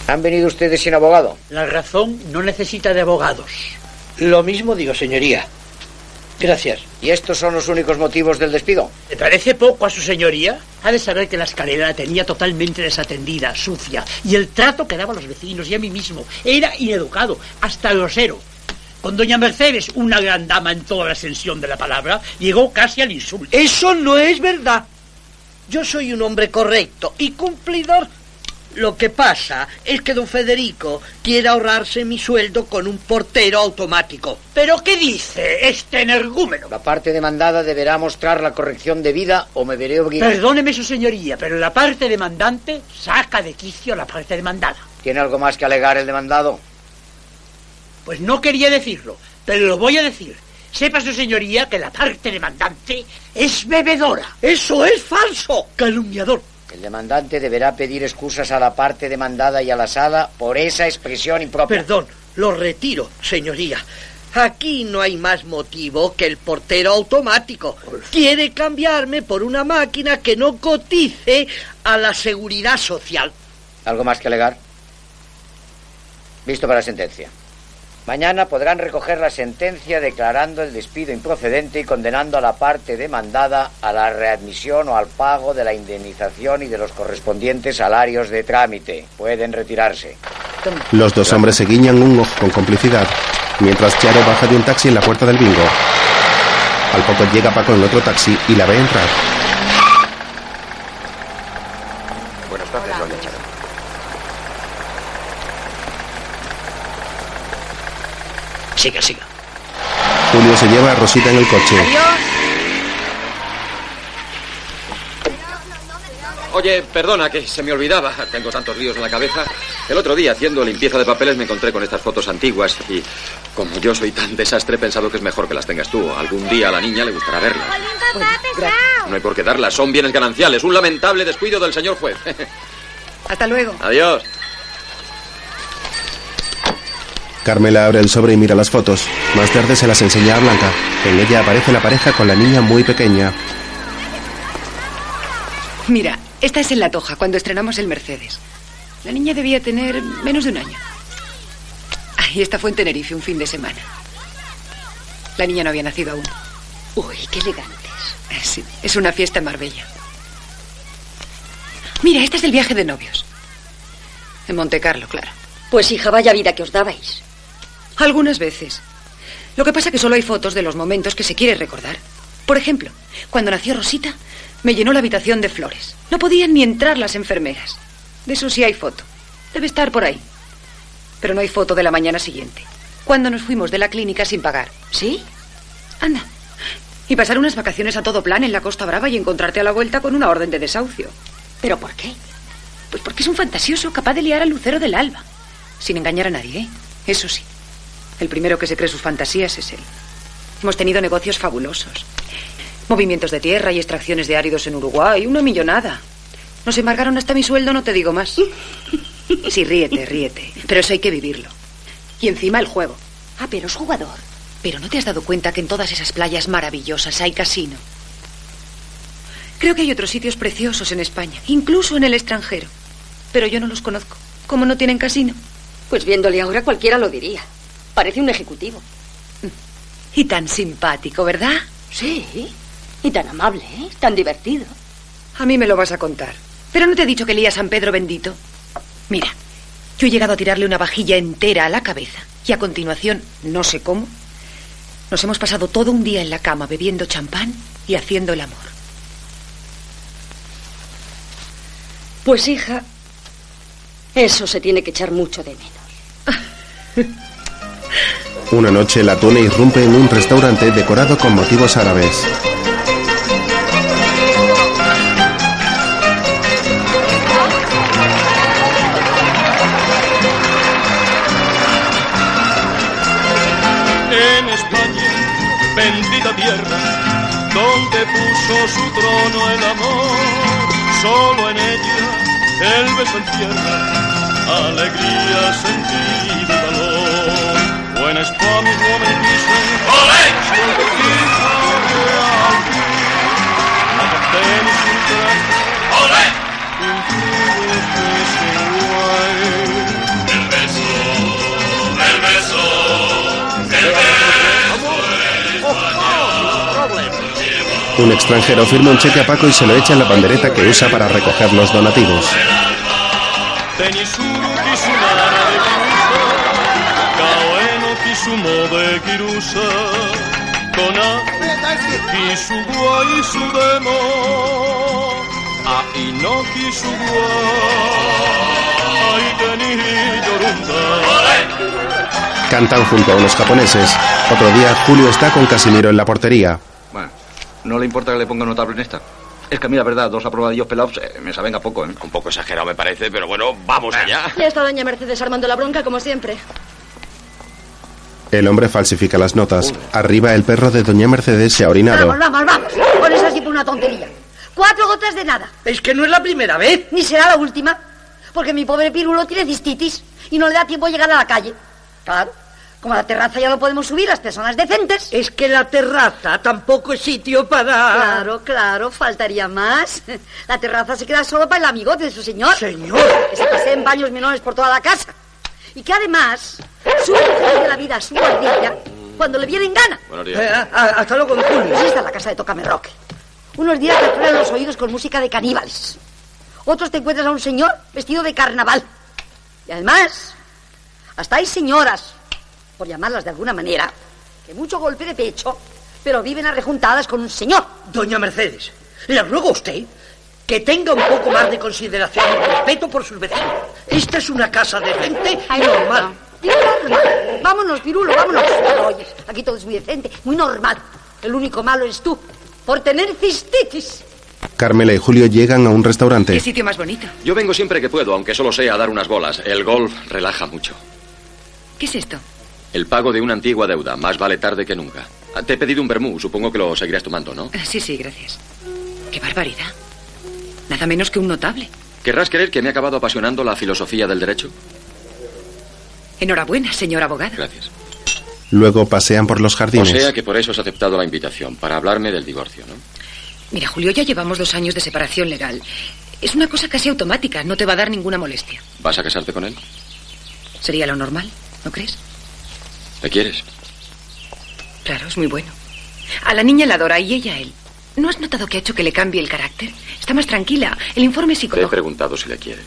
¿Han venido ustedes sin abogado? La razón no necesita de abogados. Lo mismo digo, señoría. Gracias. ¿Y estos son los únicos motivos del despido? ¿Le parece poco a su señoría? Ha de saber que la escalera la tenía totalmente desatendida, sucia, y el trato que daba a los vecinos y a mí mismo era ineducado, hasta grosero. Con doña Mercedes, una gran dama en toda la extensión de la palabra, llegó casi al insulto. Eso no es verdad. Yo soy un hombre correcto y cumplidor. Lo que pasa es que don Federico quiere ahorrarse mi sueldo con un portero automático. ¿Pero qué dice este energúmeno? La parte demandada deberá mostrar la corrección debida o me veré obligado... Perdóneme, su señoría, pero la parte demandante saca de quicio la parte demandada. ¿Tiene algo más que alegar el demandado? Pues no quería decirlo, pero lo voy a decir. Sepa su señoría que la parte demandante es bebedora. ¡Eso es falso! Calumniador. El demandante deberá pedir excusas a la parte demandada y a la sala por esa expresión impropia. Perdón, lo retiro, señoría. Aquí no hay más motivo que el portero automático. Quiere cambiarme por una máquina que no cotice a la seguridad social. ¿Algo más que alegar? Visto para la sentencia. Mañana podrán recoger la sentencia declarando el despido improcedente y condenando a la parte demandada a la readmisión o al pago de la indemnización y de los correspondientes salarios de trámite. Pueden retirarse. Los dos hombres se guiñan un ojo con complicidad, mientras Charo baja de un taxi en la puerta del bingo. Al poco llega Paco en otro taxi y la ve entrar. Buenas tardes, doña Charo. Siga. Julio se lleva a Rosita en el coche. Oye, perdona, que se me olvidaba. Tengo tantos líos en la cabeza. El otro día, haciendo limpieza de papeles, me encontré con estas fotos antiguas y, como yo soy tan desastre, he pensado que es mejor que las tengas tú. Algún día a la niña le gustará verlas. No hay por qué darlas, son bienes gananciales. Un lamentable descuido del señor juez. Hasta luego. Adiós. Carmela abre el sobre y mira las fotos. Más tarde se las enseña a Blanca. En ella aparece la pareja con la niña muy pequeña. Mira, esta es en La Toja, cuando estrenamos el Mercedes. La niña debía tener menos de un año. Y esta fue en Tenerife, un fin de semana. La niña no había nacido aún. Uy, qué elegantes. Sí, es una fiesta en Marbella. Mira, esta es del viaje de novios. En Monte Carlo, claro. Pues hija, vaya vida que os dabais. Algunas veces. Lo que pasa es que solo hay fotos de los momentos que se quiere recordar. Por ejemplo, cuando nació Rosita, me llenó la habitación de flores. No podían ni entrar las enfermeras. De eso sí hay foto. Debe estar por ahí. Pero no hay foto de la mañana siguiente, cuando nos fuimos de la clínica sin pagar. ¿Sí? Anda. Y pasar unas vacaciones a todo plan en la Costa Brava y encontrarte a la vuelta con una orden de desahucio. ¿Pero por qué? Pues porque es un fantasioso capaz de liar al lucero del alba. Sin engañar a nadie, ¿eh? Eso sí. El primero que se cree sus fantasías es él. Hemos tenido negocios fabulosos. Movimientos de tierra y extracciones de áridos en Uruguay. Una millonada. Nos embargaron hasta mi sueldo, no te digo más. Sí, ríete. Pero eso hay que vivirlo. Y encima el juego. Ah, pero es jugador. Pero ¿no te has dado cuenta que en todas esas playas maravillosas hay casino? Creo que hay otros sitios preciosos en España, incluso en el extranjero. Pero yo no los conozco. ¿Cómo no tienen casino? Pues viéndole ahora cualquiera lo diría. Parece un ejecutivo. Y tan simpático, ¿verdad? Sí. Y tan amable, ¿eh? Tan divertido. A mí me lo vas a contar. Pero no te he dicho que lía a San Pedro bendito. Mira, yo he llegado a tirarle una vajilla entera a la cabeza. Y a continuación, no sé cómo, nos hemos pasado todo un día en la cama bebiendo champán y haciendo el amor. Pues hija, eso se tiene que echar mucho de menos. Una noche la Tuna irrumpe en un restaurante decorado con motivos árabes. En España, bendita tierra, donde puso su trono el amor, solo en ella el beso encierra alegría, sentido y valor. When Spanish woman dicen, ¡olé! ¡olé! Un extranjero firma un cheque a Paco y se lo echa en la pandereta que usa para recoger los donativos. Cantan junto a unos japoneses. Otro día, Julio está con Casimiro en la portería. Bueno, ¿no le importa que le ponga notable en esta? Es que a mí, la verdad, 2 aprobadillos pelados me saben a poco, ¿eh? Un poco exagerado me parece, pero bueno, vamos allá. Ya está doña Mercedes armando la bronca, como siempre. El hombre falsifica las notas. Arriba, el perro de doña Mercedes se ha orinado. Vamos. Pones así por una tontería. 4 gotas de nada. Es que no es la primera vez. Ni será la última. Porque mi pobre pirulo tiene cistitis y no le da tiempo a llegar a la calle. Claro. Como a la terraza ya no podemos subir las personas decentes. Es que la terraza tampoco es sitio para... Claro, faltaría más. La terraza se queda solo para el amigote de su señor. Señor. Que se paseen baños menores por toda la casa. Y que además sube de la vida a su guardilla cuando le viene en gana. Buenos días. Hasta luego, don Julio. Pues esta es la casa de Tócame Roque. Unos días te truenan los oídos con música de caníbales. Otros te encuentras a un señor vestido de carnaval. Y además, hasta hay señoras, por llamarlas de alguna manera, que mucho golpe de pecho, pero viven arrejuntadas con un señor. Doña Mercedes, le ruego a usted que tenga un poco más de consideración y respeto por sus vecinos. Esta es una casa decente y normal. Vámonos, pirulo, vámonos. Oyes, aquí todo es muy decente, muy normal. El único malo eres tú, por tener cistitis. Carmela y Julio llegan a un restaurante. ¿Qué sitio más bonito? Yo vengo siempre que puedo, aunque solo sea a dar unas bolas. El golf relaja mucho. ¿Qué es esto? El pago de una antigua deuda. Más vale tarde que nunca. Te he pedido un vermú. Supongo que lo seguirás tomando, ¿no? Sí, gracias. ¡Qué barbaridad! Nada menos que un notable. ¿Querrás creer que me ha acabado apasionando la filosofía del derecho? Enhorabuena, señor abogado. Gracias. Luego pasean por los jardines. O sea que por eso has aceptado la invitación, para hablarme del divorcio, ¿no? Mira, Julio, ya llevamos 2 años de separación legal. Es una cosa casi automática, no te va a dar ninguna molestia. ¿Vas a casarte con él? Sería lo normal, ¿no crees? ¿Le quieres? Claro, es muy bueno. A la niña la adora y ella a él. ¿No has notado que ha hecho que le cambie el carácter? Está más tranquila. El informe Te he psicológico... preguntado si le quieres.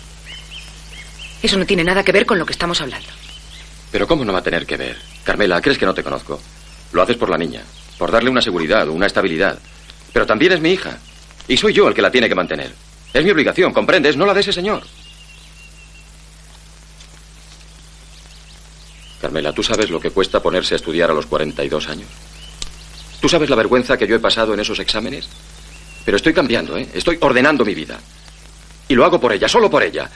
Eso no tiene nada que ver con lo que estamos hablando. Pero ¿cómo no va a tener que ver? Carmela, ¿crees que no te conozco? Lo haces por la niña, por darle una seguridad, una estabilidad. Pero también es mi hija. Y soy yo el que la tiene que mantener. Es mi obligación, ¿comprendes? No la de ese señor. Carmela, ¿tú sabes lo que cuesta ponerse a estudiar a los 42 años? ¿Tú sabes la vergüenza que yo he pasado en esos exámenes? Pero estoy cambiando, ¿eh? Estoy ordenando mi vida. Y lo hago por ella, solo por ella.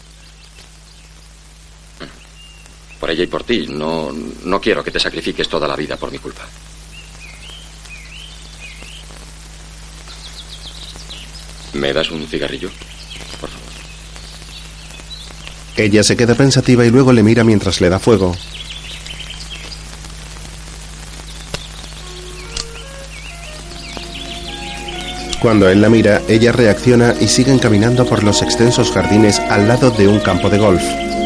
Por ella y por ti. No quiero que te sacrifiques toda la vida por mi culpa. ¿Me das un cigarrillo? Por favor. Ella se queda pensativa y luego le mira mientras le da fuego. Cuando él la mira, ella reacciona y siguen caminando por los extensos jardines al lado de un campo de golf.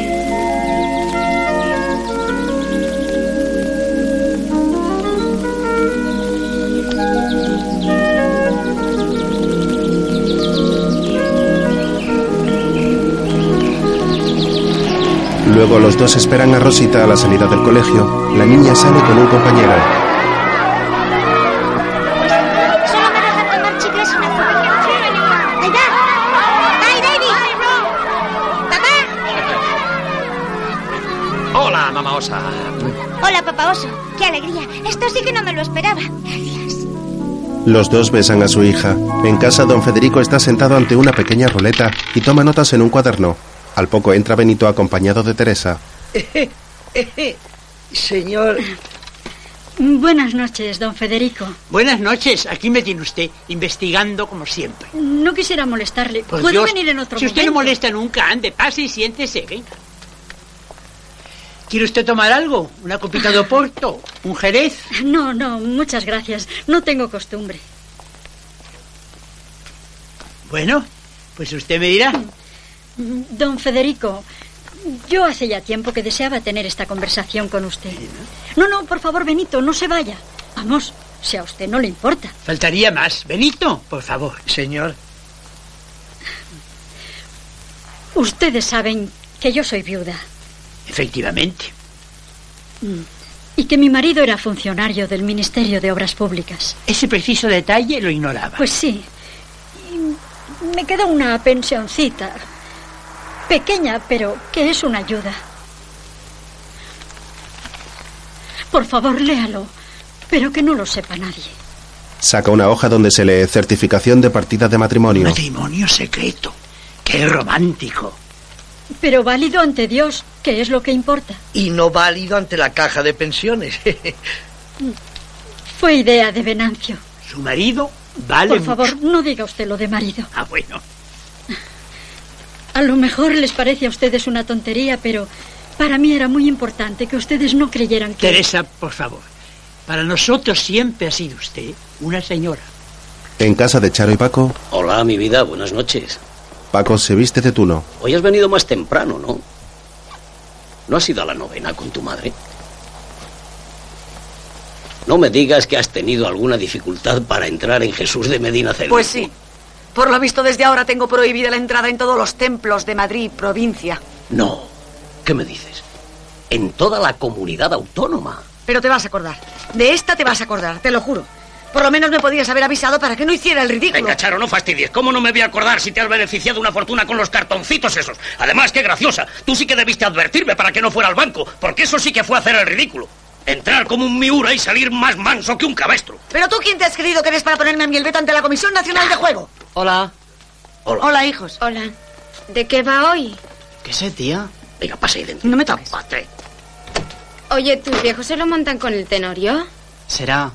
Luego los dos esperan a Rosita a la salida del colegio. La niña sale con un compañero. Solo me deja tomar chicles y una fruta. ¡Aida! ¡Ay, David! ¡Papá! Hola, mamá osa. Hola, papá oso. ¡Qué alegría! Esto sí que no me lo esperaba. Gracias. Los dos besan a su hija. En casa, don Federico está sentado ante una pequeña ruleta y toma notas en un cuaderno. Al poco entra Benito acompañado de Teresa. Señor... Buenas noches, don Federico. Buenas noches. Aquí me tiene usted, investigando como siempre. No quisiera molestarle. Por ¿Puedo Dios, venir en otro si momento? usted no molesta nunca, ande, pase y siéntese, venga. ¿Quiere usted tomar algo? ¿Una copita de oporto? ¿Un jerez? No, muchas gracias. No tengo costumbre. Bueno, pues usted me dirá. Don Federico, yo hace ya tiempo que deseaba tener esta conversación con usted. No, por favor, Benito, no se vaya. Vamos, Si a usted no le importa. Faltaría más. Benito, por favor. Señor. Ustedes saben que yo soy viuda. Efectivamente. Y que mi marido era funcionario del Ministerio de Obras Públicas. Ese preciso detalle lo ignoraba. Pues sí. Y me queda una pensioncita. Pequeña, pero que es una ayuda. Por favor, léalo. Pero que no lo sepa nadie. Saca una hoja donde se lee certificación de partida de matrimonio. Matrimonio secreto. ¡Qué romántico! Pero válido ante Dios, que es lo que importa. Y no válido ante la caja de pensiones. Fue idea de Venancio. Su marido vale Por mucho. favor, no diga usted lo de marido. Ah, bueno. A lo mejor les parece a ustedes una tontería, pero para mí era muy importante que ustedes no creyeran que... Teresa, por favor. Para nosotros siempre ha sido usted una señora. En casa de Charo y Paco, Hola, mi vida, buenas noches. Paco se viste de tuno. Hoy has venido más temprano, ¿no? ¿No has ido a la novena con tu madre? No me digas que has tenido alguna dificultad para entrar en Jesús de Medina Celi. Pues sí. Por lo visto, desde ahora tengo prohibida la entrada en todos los templos de Madrid, provincia. No. ¿Qué me dices? En toda la comunidad autónoma. Pero te vas a acordar. De esta te vas a acordar, te lo juro. Por lo menos me podías haber avisado para que no hiciera el ridículo. Venga, Charo, no fastidies. ¿Cómo no me voy a acordar si te has beneficiado una fortuna con los cartoncitos esos? Además, qué graciosa. Tú sí que debiste advertirme para que no fuera al banco, porque eso sí que fue hacer el ridículo. Entrar como un miura y salir más manso que un cabestro. Pero tú, ¿quién te has creído que eres para ponerme a mí el veto ante la Comisión Nacional de Juego? Hola. Hola, hijos. Hola. ¿De qué va hoy? ¿Qué sé, tía? Venga, pasa ahí dentro. No me toques. Oye, ¿tus viejos se lo montan con el Tenorio? Será.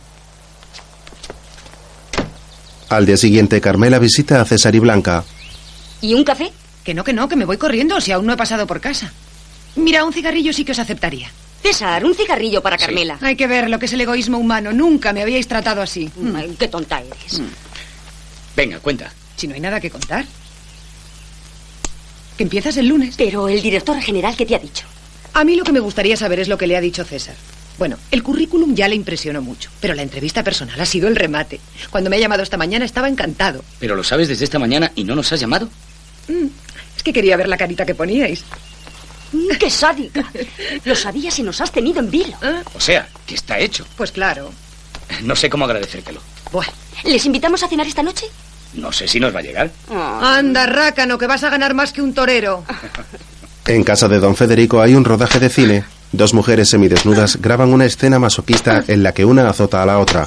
Al día siguiente, Carmela visita a César y Blanca. ¿Y un café? Que no, que me voy corriendo si aún no he pasado por casa. Mira, un cigarrillo sí que os aceptaría. César, un cigarrillo para Carmela. Hay que ver lo que es el egoísmo humano. Nunca me habíais tratado así. Ay, qué tonta eres. Venga, cuenta. Si no hay nada que contar. Que empiezas el lunes. Pero el director general, ¿qué te ha dicho? A mí lo que me gustaría saber es lo que le ha dicho César. Bueno, el currículum ya le impresionó mucho, pero la entrevista personal ha sido el remate. Cuando me ha llamado esta mañana estaba encantado. Pero lo sabes desde esta mañana y no nos has llamado. Es que quería ver la carita que poníais. ¡Qué sádica! Lo sabías y nos has tenido en vilo. O sea, que está hecho. Pues claro. No sé cómo agradecértelo. Bueno. ¿Les invitamos a cenar esta noche? No sé si nos va a llegar. Anda, rácano, que vas a ganar más que un torero. En casa de don Federico hay un rodaje de cine. Dos mujeres semidesnudas graban una escena masoquista en la que una azota a la otra.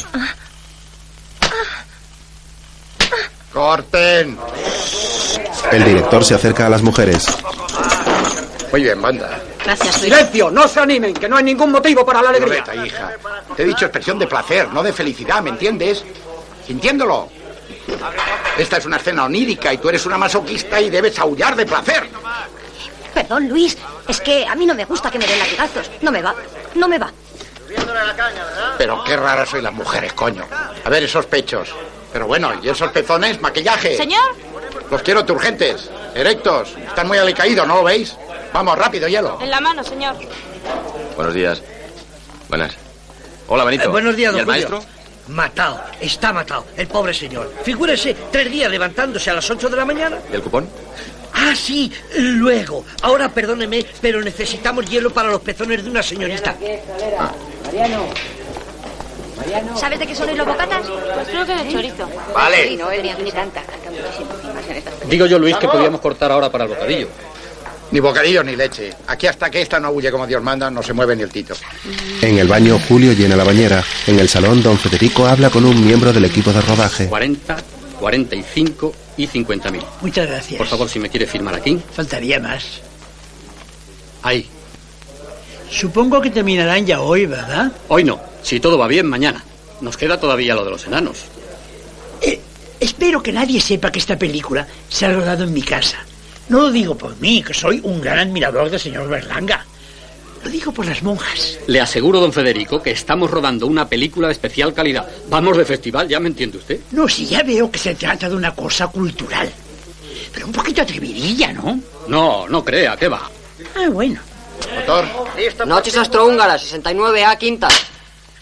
¡Corten! El director se acerca a las mujeres. Muy bien, banda. Gracias, ¡Silencio! ¡No se animen! ¡Que no hay ningún motivo para la alegría! Violeta, hija. Te he dicho expresión de placer, no de felicidad, ¿me entiendes? Sintiéndolo. Esta es una escena onírica y tú eres una masoquista y debes aullar de placer. Perdón, Luis. Es que a mí no me gusta que me den latigazos. No me va. No me va. Pero qué raras sois las mujeres, coño. A ver esos pechos. Pero bueno, ¿y esos pezones? Maquillaje. Señor. Los quiero turgentes, erectos. Están muy alicaídos, ¿no lo veis? Vamos, rápido, hielo. En la mano, señor. Buenos días. Buenas. Hola, Benito. Buenos días, ¿Y don el Julio. maestro? Matado. Está matado. El pobre señor. Figúrese, 3 días levantándose a las 8 de la mañana. ¿Y el cupón? Ah, sí, luego. Ahora, perdóneme, pero necesitamos hielo para los pezones de una señorita. Mariano. ¿Sabes de qué son los bocatas? Pues creo que de chorizo. Vale. Sí, no, ni tanta. Digo yo, Luis, que podríamos cortar ahora para el bocadillo. Ni bocadillo ni leche. Aquí hasta que esta no huye como Dios manda, no se mueve ni el tito. En el baño, Julio llena la bañera. En el salón, don Federico habla con un miembro del equipo de rodaje. 40, 45 y 50.000. Muchas gracias. Por favor, si me quiere firmar aquí. Faltaría más. Ahí. Supongo que terminarán ya hoy, ¿verdad? Hoy no. Si todo va bien, mañana. Nos queda todavía lo de los enanos. Espero que nadie sepa que esta película se ha rodado en mi casa. No lo digo por mí, que soy un gran admirador del señor Berlanga. Lo digo por las monjas. Le aseguro, don Federico, que estamos rodando una película de especial calidad. Vamos de festival, ¿ya me entiende usted? No, si ya veo que se trata de una cosa cultural. Pero un poquito atrevidilla, ¿no? No, no crea, ¿qué va? Ah, bueno. Motor. Noches astrohúngaras, 69A, quinta. ¡Ah!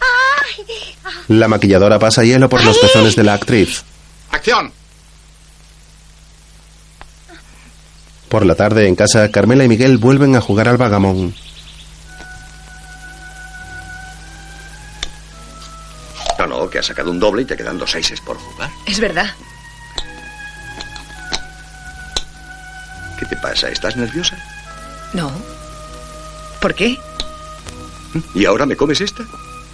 La maquilladora pasa hielo por los pezones de la actriz. ¡Acción! Por la tarde, en casa, Carmela y Miguel vuelven a jugar al vagamón. No, que has sacado un doble y te quedan 2 6 por jugar. Es verdad. ¿Qué te pasa? ¿Estás nerviosa? No. ¿Por qué? ¿Y ahora me comes esta?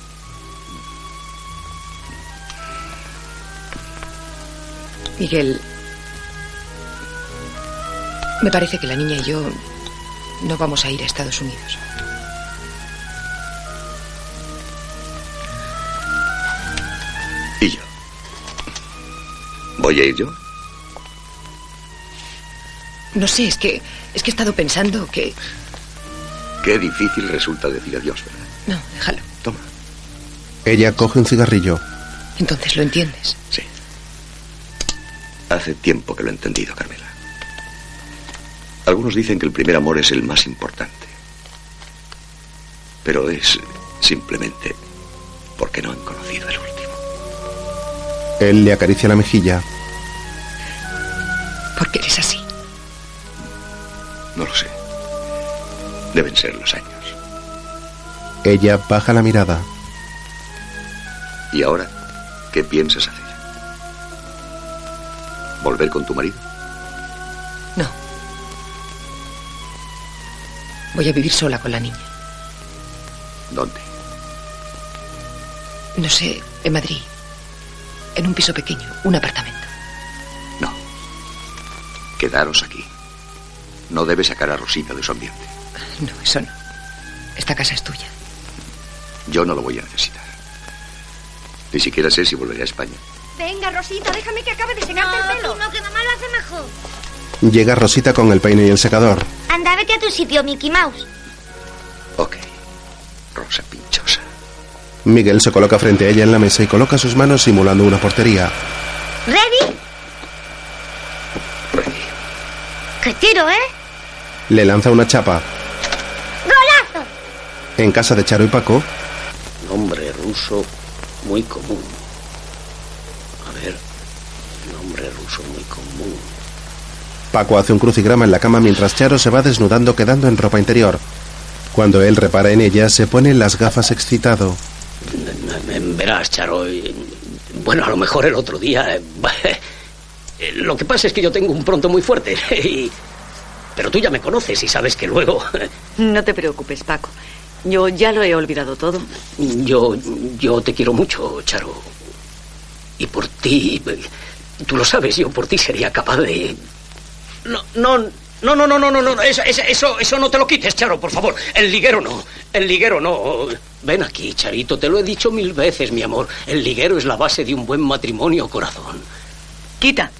Miguel, me parece que la niña y yo no vamos a ir a Estados Unidos. ¿Y yo? ¿Voy a ir yo? No sé, es que he estado pensando que... Qué difícil resulta decir adiós, ¿verdad? No, déjalo. Toma. Ella coge un cigarrillo. Entonces lo entiendes. Sí. Hace tiempo que lo he entendido, Carmela. Algunos dicen que el primer amor es el más importante. Pero es simplemente porque no han conocido el último. Él le acaricia la mejilla. ¿Por qué eres así? No lo sé. Deben ser los años. Ella baja la mirada. ¿Y ahora qué piensas hacer? ¿Volver con tu marido? No. Voy a vivir sola con la niña. ¿Dónde? No sé, en Madrid. En un piso pequeño, un apartamento. No. Quedaros aquí. No debes sacar a Rosita de su ambiente. No, eso no. Esta casa es tuya. Yo no lo voy a necesitar. Ni siquiera sé si volveré a España. Venga, Rosita, déjame que acabe de secarte el pelo. No, que mamá lo hace mejor. Llega Rosita con el peine y el secador. Anda, vete a tu sitio, Mickey Mouse. Ok. Rosa pinchosa. Miguel se coloca frente a ella en la mesa y coloca sus manos simulando una portería. ¿Ready? ¡Qué tiro, Le lanza una chapa. ¡Golazo! En casa de Charo y Paco. Nombre ruso muy común. A ver, nombre ruso muy común. Paco hace un crucigrama en la cama mientras Charo se va desnudando quedando en ropa interior. Cuando él repara en ella, se pone las gafas excitado. Verás, Charo, bueno, a lo mejor el otro día... Lo que pasa es que yo tengo un pronto muy fuerte. Pero tú ya me conoces y sabes que luego... No te preocupes, Paco. Yo ya lo he olvidado todo. Yo te quiero mucho, Charo. Y por ti... Tú lo sabes, yo por ti sería capaz de... No, eso no te lo quites, Charo, por favor. El liguero no. Ven aquí, Charito, te lo he dicho 1000 veces, mi amor. El liguero es la base de un buen matrimonio, corazón. Quita.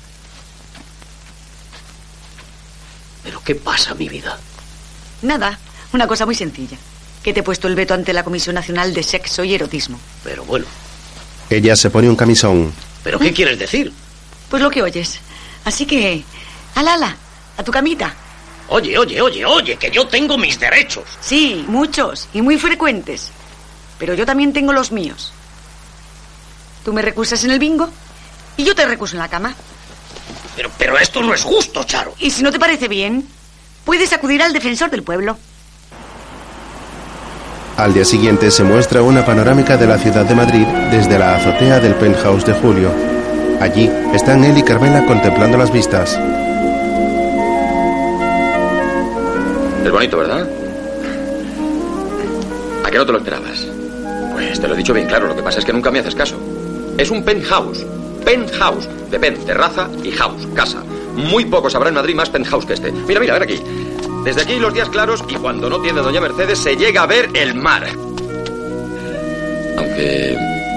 ¿Pero qué pasa, mi vida? Nada, una cosa muy sencilla. Que te he puesto el veto ante la Comisión Nacional de Sexo y Erotismo. Pero bueno. Ella se pone un camisón. ¿Pero qué quieres decir? Pues lo que oyes. Así que... Ala, a tu camita. Oye, que yo tengo mis derechos. Sí, muchos y muy frecuentes. Pero yo también tengo los míos. Tú me recusas en el bingo y yo te recuso en la cama. Pero esto no es justo, Charo. Y si no te parece bien, puedes acudir al defensor del pueblo. Al día siguiente se muestra una panorámica de la ciudad de Madrid desde la azotea del penthouse de Julio. Allí están él y Carmela contemplando las vistas. Es bonito, ¿verdad? ¿A qué no te lo esperabas? Pues te lo he dicho bien claro, lo que pasa es que nunca me haces caso. Es un penthouse. Penthouse. De pen, terraza y house, casa. Muy pocos habrá en Madrid más penthouse que este. Mira, ven aquí. Desde aquí los días claros y cuando no tiene doña Mercedes se llega a ver el mar. Aunque...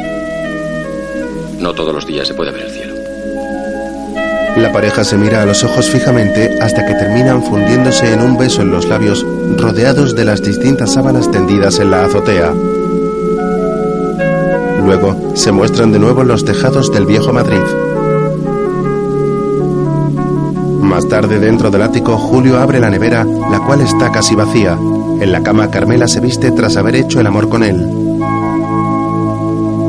no todos los días se puede ver el cielo. La pareja se mira a los ojos fijamente hasta que terminan fundiéndose en un beso en los labios, rodeados de las distintas sábanas tendidas en la azotea. Luego se muestran de nuevo los tejados del viejo Madrid. Más tarde, dentro del ático, Julio abre la nevera, la cual está casi vacía. En la cama, Carmela se viste tras haber hecho el amor con él.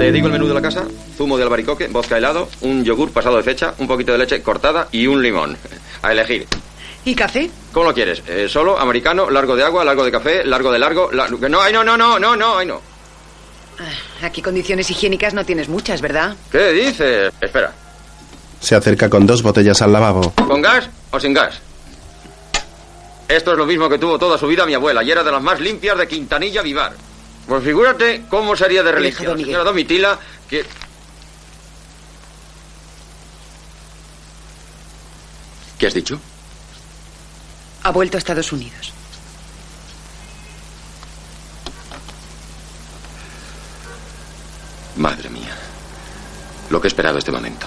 Te digo el menú de la casa: zumo de albaricoque, vodka helado, un yogur pasado de fecha, un poquito de leche cortada y un limón. A elegir. ¿Y café? ¿Cómo lo quieres? ¿Solo, americano, largo de agua, largo de café, largo de largo? No, ay, no. Aquí condiciones higiénicas no tienes muchas, ¿verdad? ¿Qué dices? Espera. Se acerca con 2 botellas al lavabo. ¿Con gas o sin gas? Esto es lo mismo que tuvo toda su vida mi abuela y era de las más limpias de Quintanilla Vivar. Pues figúrate cómo sería de reliquia la señora Domitila que... ¿Qué has dicho? Ha vuelto a Estados Unidos. Madre mía. Lo que he esperado este momento.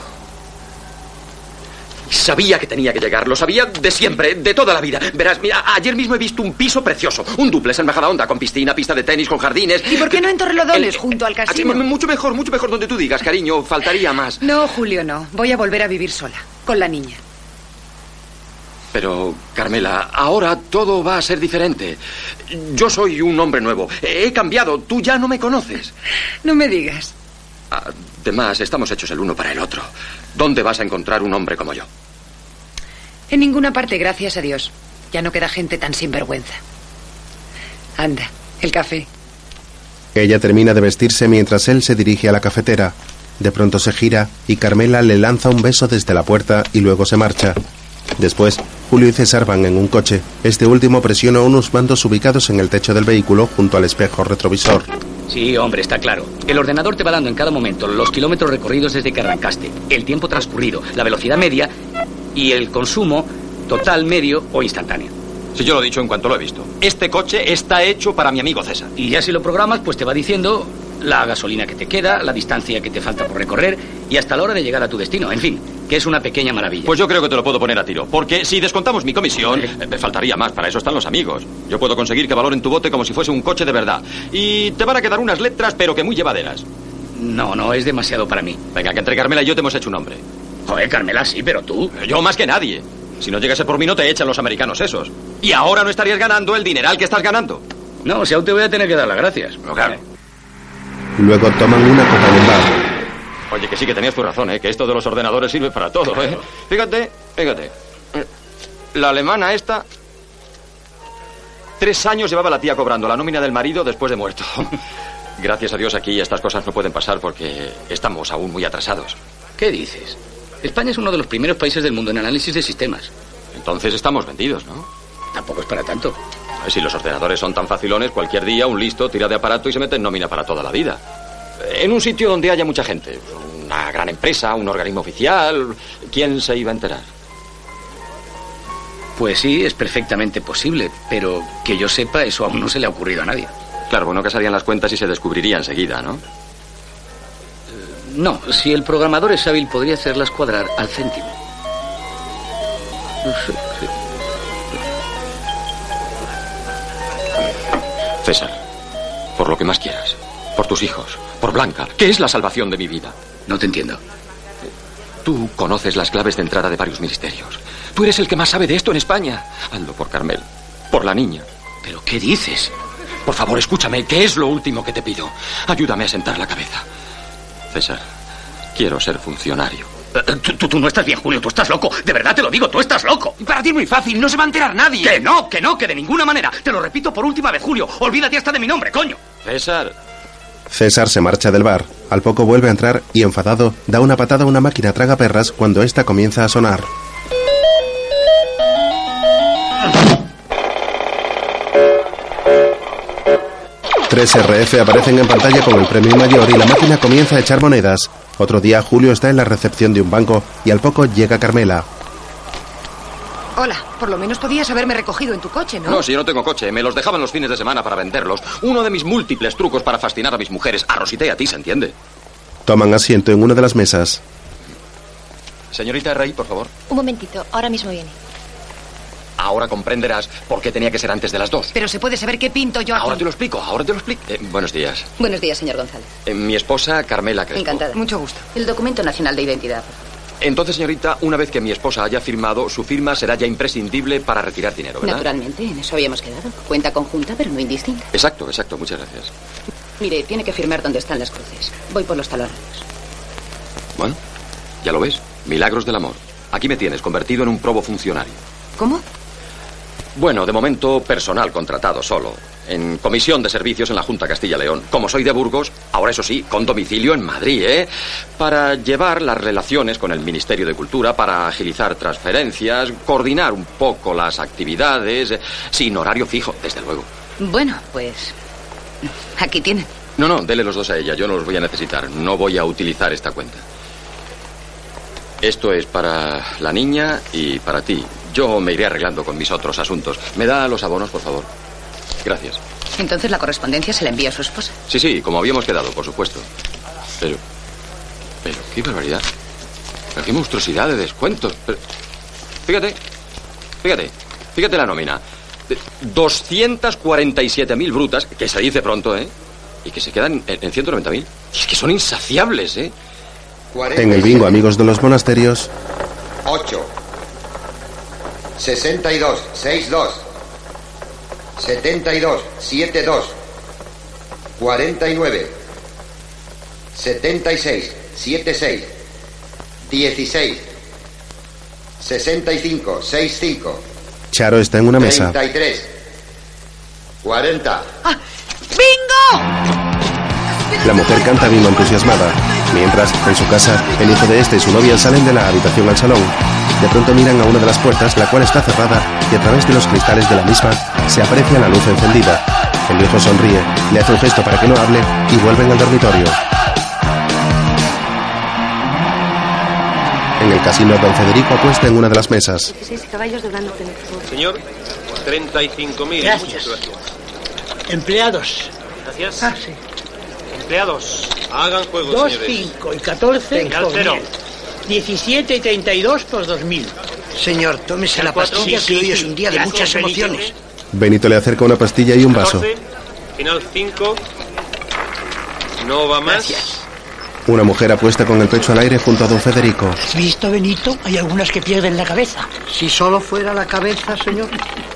Sabía que tenía que llegar, lo sabía de siempre, de toda la vida. Verás, mira, ayer mismo he visto un piso precioso, un dúplex en Majadahonda, con piscina, pista de tenis, con jardines. ¿Y por qué no en Torrelodones, junto al casino? Mucho mejor donde tú digas, cariño, faltaría más. No, Julio, no. Voy a volver a vivir sola, con la niña. Pero, Carmela, ahora todo va a ser diferente. Yo soy un hombre nuevo. He cambiado. Tú ya no me conoces. No me digas. Además, estamos hechos el uno para el otro. ¿Dónde vas a encontrar un hombre como yo? En ninguna parte, gracias a Dios. Ya no queda gente tan sinvergüenza. Anda, el café. Ella termina de vestirse mientras él se dirige a la cafetera. De pronto se gira y Carmela le lanza un beso desde la puerta y luego se marcha. Después, Julio y César van en un coche. Este último presiona unos mandos ubicados en el techo del vehículo junto al espejo retrovisor. Sí, hombre, está claro. El ordenador te va dando en cada momento los kilómetros recorridos desde que arrancaste, el tiempo transcurrido, la velocidad media y el consumo total, medio o instantáneo. Si yo lo he dicho en cuanto lo he visto. Este coche está hecho para mi amigo César. Y ya si lo programas, pues te va diciendo la gasolina que te queda, la distancia que te falta por recorrer y hasta la hora de llegar a tu destino. En fin, que es una pequeña maravilla. Pues yo creo que te lo puedo poner a tiro. Porque si descontamos mi comisión, me faltaría más. Para eso están los amigos. Yo puedo conseguir que valoren tu bote como si fuese un coche de verdad. Y te van a quedar unas letras, pero que muy llevaderas. No, es demasiado para mí. Venga, que entre Carmela y yo te hemos hecho un hombre. Joder, Carmela, sí, pero tú... Yo más que nadie. Si no llegas por mí, no te echan los americanos esos. Y ahora no estarías ganando el dineral que estás ganando. No, si aún te voy a tener que dar las gracias. No, claro. Luego toman una copa en el bar. Oye, que sí que tenías tu razón, ¿eh? Que esto de los ordenadores sirve para todo, ¿eh? Fíjate. La alemana esta... 3 años llevaba la tía cobrando la nómina del marido después de muerto. Gracias a Dios aquí estas cosas no pueden pasar porque estamos aún muy atrasados. ¿Qué dices? España es uno de los primeros países del mundo en análisis de sistemas. Entonces estamos vendidos, ¿no? Tampoco es para tanto. Si los ordenadores son tan facilones, cualquier día un listo tira de aparato y se mete en nómina para toda la vida. En un sitio donde haya mucha gente, una gran empresa, un organismo oficial, ¿quién se iba a enterar? Pues sí, es perfectamente posible, pero que yo sepa, eso aún no se le ha ocurrido a nadie. Claro, bueno, que se harían las cuentas y se descubriría enseguida, ¿no? No, si el programador es hábil, podría hacerlas cuadrar al céntimo. No sé, sí. César, por lo que más quieras, por tus hijos, por Blanca, que es la salvación de mi vida. No te entiendo. Tú conoces las claves de entrada de varios ministerios. Tú eres el que más sabe de esto en España. Hazlo por Carmel, por la niña. ¿Pero qué dices? Por favor, escúchame, que es lo último que te pido. Ayúdame a sentar la cabeza. César, quiero ser funcionario. Tú no estás bien, Julio, tú estás loco. De verdad te lo digo, tú estás loco. Y para ti es muy fácil, no se va a enterar nadie. Que de ninguna manera. Te lo repito por última vez, Julio. Olvídate hasta de mi nombre, coño. César. César se marcha del bar. Al poco vuelve a entrar y, enfadado, da una patada a una máquina tragaperras cuando ésta comienza a sonar. Tres RF aparecen en pantalla con el premio mayor y la máquina comienza a echar monedas. Otro día, Julio está en la recepción de un banco y al poco llega Carmela. Hola, por lo menos podías haberme recogido en tu coche, ¿no? No, si yo no tengo coche, me los dejaban los fines de semana para venderlos. Uno de mis múltiples trucos para fascinar a mis mujeres. A Rosita y a ti, ¿se entiende? Toman asiento en una de las mesas. Señorita Rey, por favor. Un momentito, ahora mismo viene. Ahora comprenderás por qué tenía que ser antes de las 2. Pero se puede saber qué pinto yo aquí. Ahora te lo explico. Buenos días. Buenos días, señor González. Mi esposa, Carmela Crespo. Encantada. Mucho gusto. El documento nacional de identidad. Entonces, señorita, una vez que mi esposa haya firmado, su firma será ya imprescindible para retirar dinero, ¿verdad? Naturalmente, en eso habíamos quedado. Cuenta conjunta, pero no indistinta. Exacto, muchas gracias. Mire, tiene que firmar donde están las cruces. Voy por los talones. Bueno, ya lo ves. Milagros del amor. Aquí me tienes, convertido en un probo funcionario. ¿Cómo? Bueno, de momento personal contratado solo. En comisión de servicios en la Junta Castilla-León. Como soy de Burgos, ahora eso sí, con domicilio en Madrid, ¿eh? Para llevar las relaciones con el Ministerio de Cultura, para agilizar transferencias, coordinar un poco las actividades, sin horario fijo, desde luego. Bueno, pues aquí tienen. No, dele los dos a ella, yo no los voy a necesitar. No voy a utilizar esta cuenta. Esto es para la niña y para ti. Yo me iré arreglando con mis otros asuntos. ¿Me da los abonos, por favor? Gracias. Entonces la correspondencia se la envía a su esposa. Sí, como habíamos quedado, por supuesto. Pero qué barbaridad. Pero qué monstruosidad de descuentos. Pero, fíjate la nómina. 247.000 brutas, que se dice pronto, ¿eh? Y que se quedan en 190.000. Es que son insaciables, ¿eh? En el bingo Amigos de los Monasterios. 8 62 62 72 72 49 76 76 16 65 65 Charo está en una mesa. 33 40. ¡Bingo! La mujer canta bingo entusiasmada. Mientras, en su casa, el hijo de este y su novia salen de la habitación al salón. De pronto miran a una de las puertas, la cual está cerrada, y a través de los cristales de la misma se aprecia la luz encendida. El viejo sonríe, le hace un gesto para que no hable y vuelven al dormitorio. En el casino, don Federico apuesta en una de las mesas. 16 caballos doblando por favor. Señor, 35.000. Gracias. Empleados. Gracias. Ah, sí. Empleados, hagan juego, 2, señores. 5 y 14 Venga, por cero. 1000. 17 y 32 por 2000. Señor, tómese la pastilla, que hoy es un día de muchas emociones. Benito le acerca una pastilla y un vaso. 14, final 5. No va más. Gracias. Una mujer apuesta con el pecho al aire junto a don Federico. ¿Has visto, Benito? Hay algunas que pierden la cabeza. Si solo fuera la cabeza, señor.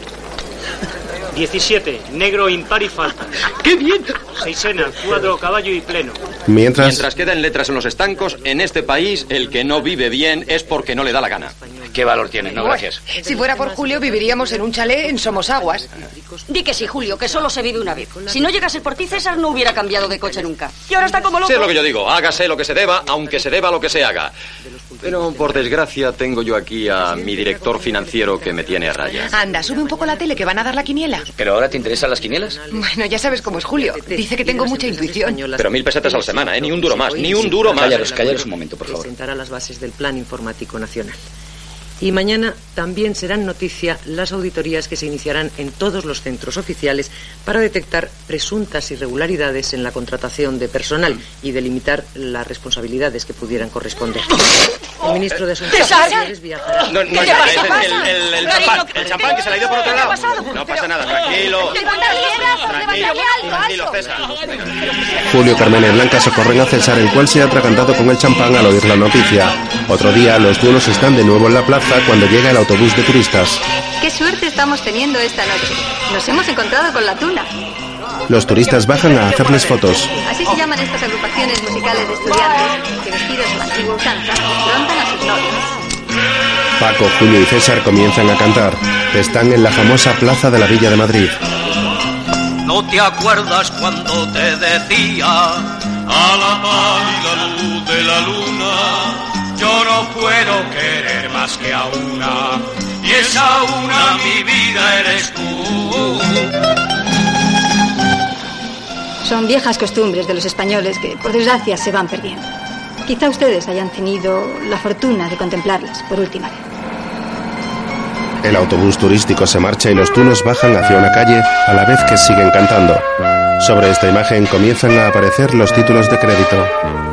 17, negro, impar y falta. ¡Qué bien! Seisena, cuadro, caballo y pleno. Mientras queden letras en los estancos, en este país el que no vive bien es porque no le da la gana. ¿Qué valor tiene? No, gracias. Si fuera por Julio, viviríamos en un chalet en Somosaguas. Di que sí, Julio, que solo se vive una vez. Si no llegase por ti, César no hubiera cambiado de coche nunca. Y ahora está como loco. Sí, es lo que yo digo. Hágase lo que se deba, aunque se deba lo que se haga. Pero, por desgracia, tengo yo aquí a mi director financiero que me tiene a raya. Anda, sube un poco la tele, que van a dar la quiniela. ¿Pero ahora te interesan las quinielas? Bueno, ya sabes cómo es Julio. Dice que tengo mucha intuición. Pero 1.000 pesetas a la semana, ¿eh? Ni un duro más, ni un duro más. Callaros un momento, por favor. Presentará las bases del Plan Informático Nacional. Y mañana también serán noticia las auditorías que se iniciarán en todos los centros oficiales para detectar presuntas irregularidades en la contratación de personal y delimitar las responsabilidades que pudieran corresponder. El ministro de Asuntos Exteriores viajará. No, el champán que se le ha ido por otro lado. No pasa nada, tranquilo. Tranquilo, César. Julio, Carmen y Blanca socorren a César, el cual se ha atragantado con el champán al oír la noticia. Otro día, los tunos están de nuevo en la plaza cuando llega el autobús de turistas. ¡Qué suerte estamos teniendo esta noche! Nos hemos encontrado con la tuna. Los turistas bajan a hacerles fotos. Así se llaman estas agrupaciones musicales de estudiantes que, vestidos a la antigua usanza, afrontan a sus novios. Paco, Julio y César comienzan a cantar. Están en la famosa plaza de la Villa de Madrid. ¿No te acuerdas cuando te decía a la pálida luz de la luna? Yo no puedo querer más que a una, y esa una mi vida eres tú. Son viejas costumbres de los españoles que, por desgracia, se van perdiendo. Quizá ustedes hayan tenido la fortuna de contemplarlas por última vez. El autobús turístico se marcha y los tunos bajan hacia una calle a la vez que siguen cantando. Sobre esta imagen comienzan a aparecer los títulos de crédito.